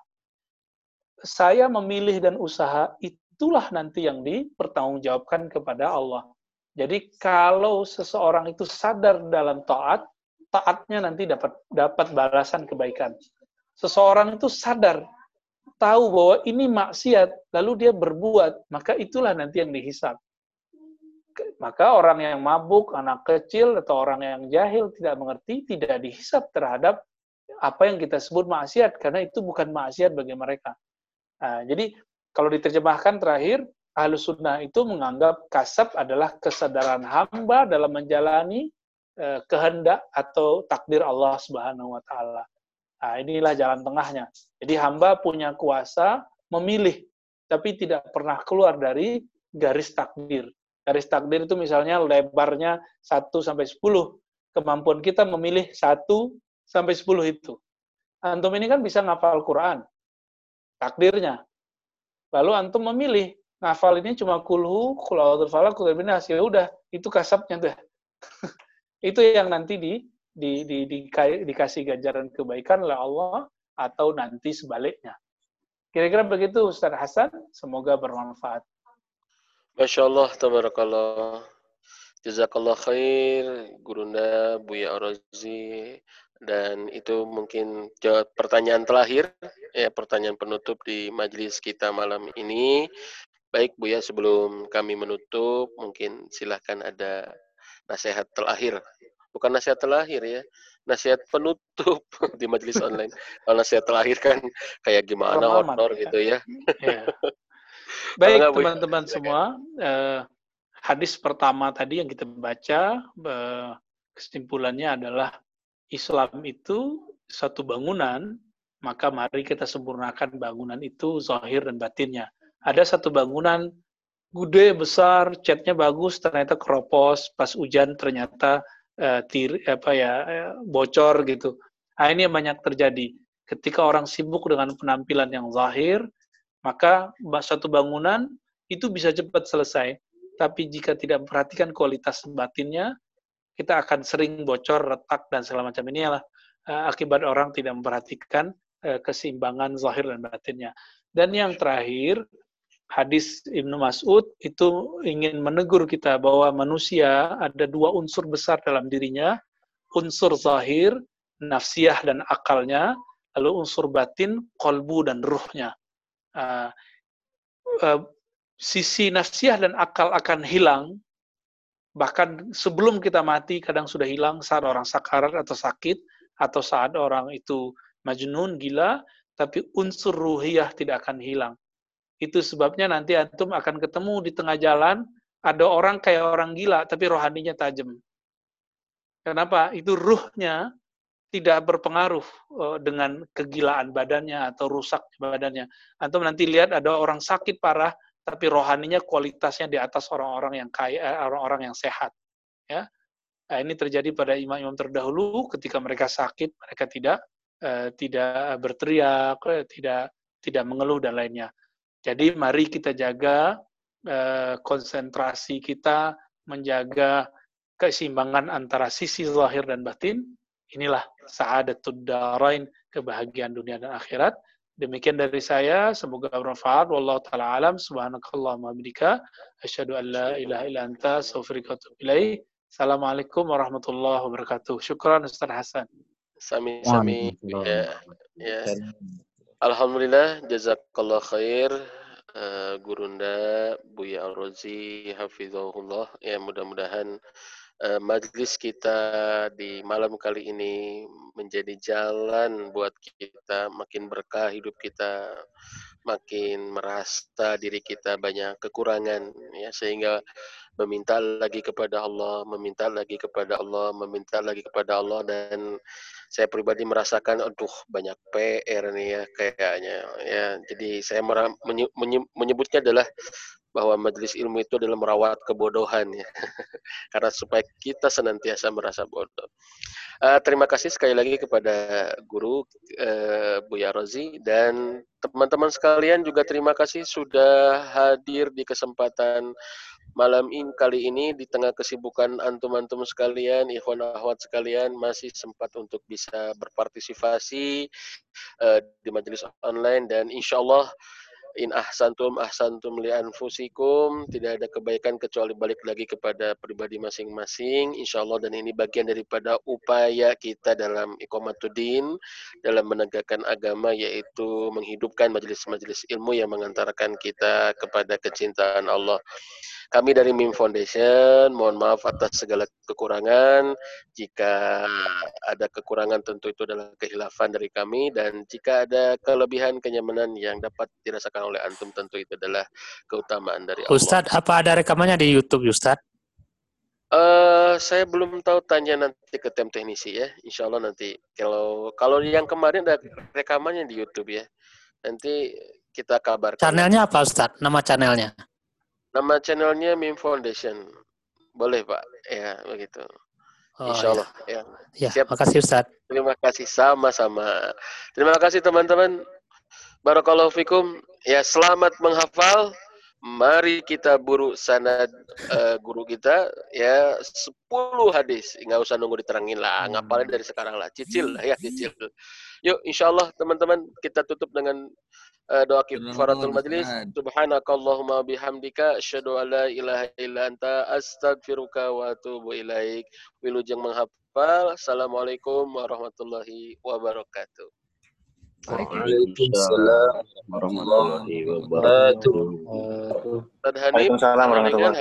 Saya memilih dan usaha, itulah nanti yang dipertanggungjawabkan kepada Allah. Jadi kalau seseorang itu sadar dalam taat, taatnya nanti dapat balasan kebaikan. Seseorang itu sadar, tahu bahwa ini maksiat, lalu dia berbuat, maka itulah nanti yang dihisab. Maka orang yang mabuk, anak kecil, atau orang yang jahil tidak mengerti, tidak dihisab terhadap apa yang kita sebut maksiat, karena itu bukan maksiat bagi mereka. Nah, jadi kalau diterjemahkan terakhir, Ahlussunnah itu menganggap kasab adalah kesadaran hamba dalam menjalani kehendak atau takdir Allah Subhanahu wa taala. Nah, inilah jalan tengahnya. Jadi hamba punya kuasa memilih tapi tidak pernah keluar dari garis takdir. Garis takdir itu misalnya lebarnya 1 sampai 10. Kemampuan kita memilih 1 sampai 10 itu. Antum ini kan bisa ngafal Quran. Takdirnya. Lalu antum memilih ngafal ini cuma kulhu, qul a'udzu falaq, qul binas, ya udah, itu kasabnya tuh. Itu yang nanti dikasih ganjaran kebaikan oleh Allah atau nanti sebaliknya. Kira-kira begitu Ustaz Hasan, semoga bermanfaat. Masya Allah, tabarakallah. Jazakallah khair, Gurunda Buya Orozi. Dan itu mungkin jawab pertanyaan terakhir, ya pertanyaan penutup di majelis kita malam ini. Baik Buya, sebelum kami menutup, mungkin silahkan ada nasihat terakhir. Bukan nasihat terakhir ya, nasihat penutup di majelis online. Kalau nasihat terakhir kan kayak gimana horor gitu ya. Baik teman-teman semua, hadis pertama tadi yang kita baca, kesimpulannya adalah Islam itu satu bangunan, maka mari kita sempurnakan bangunan itu zahir dan batinnya. Ada satu bangunan gede besar, catnya bagus, ternyata keropos, pas hujan ternyata bocor gitu. Nah, ini yang banyak terjadi. Ketika orang sibuk dengan penampilan yang zahir, maka satu bangunan itu bisa cepat selesai. Tapi jika tidak memperhatikan kualitas batinnya, kita akan sering bocor, retak, dan segala macam. Ini adalah akibat orang tidak memperhatikan keseimbangan zahir dan batinnya. Dan yang terakhir, hadis Ibnu Mas'ud itu ingin menegur kita bahwa manusia ada 2 unsur besar dalam dirinya, unsur zahir, nafsiyah dan akalnya, lalu unsur batin, kolbu dan ruhnya. Sisi nafsiyah dan akal akan hilang, bahkan sebelum kita mati kadang sudah hilang saat orang sakarat atau sakit, atau saat orang itu majnun, gila, tapi unsur ruhiyah tidak akan hilang. Itu sebabnya nanti antum akan ketemu di tengah jalan, ada orang kayak orang gila, tapi rohaninya tajam. Kenapa? Itu ruhnya tidak berpengaruh dengan kegilaan badannya atau rusak badannya. Antum nanti lihat ada orang sakit parah, tapi rohaninya kualitasnya di atas orang-orang yang kaya, orang-orang yang sehat. Ya, nah, ini terjadi pada imam-imam terdahulu. Ketika mereka sakit, mereka tidak berteriak, tidak mengeluh dan lainnya. Jadi mari kita jaga konsentrasi kita, menjaga keseimbangan antara sisi zahir dan batin. Inilah sa'adatud darain, kebahagiaan dunia dan akhirat. Demikian dari saya, semoga bermanfaat. Wallahu ta'ala alam, subhanakallahumma bihamdika, asyhadu an la ilaha illa anta, astaghfiruka wa atubu ilaik. Assalamualaikum warahmatullahi wabarakatuh. Syukran Ustaz Hasan. Sami-sami. Ya. Alhamdulillah, jazakallah khair. Gurunda Buya Al-Rozi hafizahullah. Ya, mudah-mudahan majlis kita di malam kali ini menjadi jalan buat kita makin berkah hidup kita, makin merasa diri kita banyak kekurangan, ya, sehingga meminta lagi kepada Allah, meminta lagi kepada Allah, meminta lagi kepada Allah. Dan saya pribadi merasakan, aduh banyak PR nih ya kayaknya. Ya, jadi saya menyebutnya adalah bahwa majelis ilmu itu adalah merawat kebodohan ya. Karena supaya kita senantiasa merasa bodoh. Terima kasih sekali lagi kepada guru Buya Rozi, dan teman-teman sekalian juga terima kasih sudah hadir di kesempatan malam ini kali ini. Di tengah kesibukan antum-antum sekalian, ikhwan akhwat sekalian, masih sempat untuk bisa berpartisipasi di majelis online. Dan insya Allah in ahsantum ahsantum li anfusikum, tidak ada kebaikan kecuali balik lagi kepada pribadi masing-masing, insyaallah. Dan ini bagian daripada upaya kita dalam iqamatuddin, dalam menegakkan agama, yaitu menghidupkan majelis-majelis ilmu yang mengantarkan kita kepada kecintaan Allah. Kami dari MIM Foundation mohon maaf atas segala kekurangan. Jika ada kekurangan tentu itu adalah kehilafan dari kami, dan jika ada kelebihan kenyamanan yang dapat dirasakan oleh antum tentu itu adalah keutamaan dari Allah. Ustadz, apa ada rekamannya di YouTube, Ustadz? Saya belum tahu, tanya nanti ke tim teknisi ya. Insya Allah nanti. Kalau yang kemarin ada rekamannya di YouTube ya. Nanti kita kabarkan. Channelnya apa Ustadz? Nama channelnya? Nama channelnya Mim Foundation. Boleh Pak? Ya begitu. Insya Allah. Ya. Ya, Siap. makasih Ustadz. Terima kasih, sama-sama. Terima kasih teman-teman. Barakallahu fikum. Ya, selamat menghafal. Mari kita buru sanad guru kita ya 10 hadis. Nggak usah nunggu diterangin lah. Ngapalin dari sekarang lah. Cicil lah ya, cicil. Yuk, insya Allah teman-teman kita tutup dengan doa kifaratul majlis. Subhanakallahumma bihamdika asyhadu an la ilaha illa anta astaghfiruka wa atubu ilaik. Wilujeng menghafal. Assalamualaikum warahmatullahi wabarakatuh. Waalaikumsalam warahmatullahi wabarakatuh. Waalaikumsalam warahmatullahi wabarakatuh.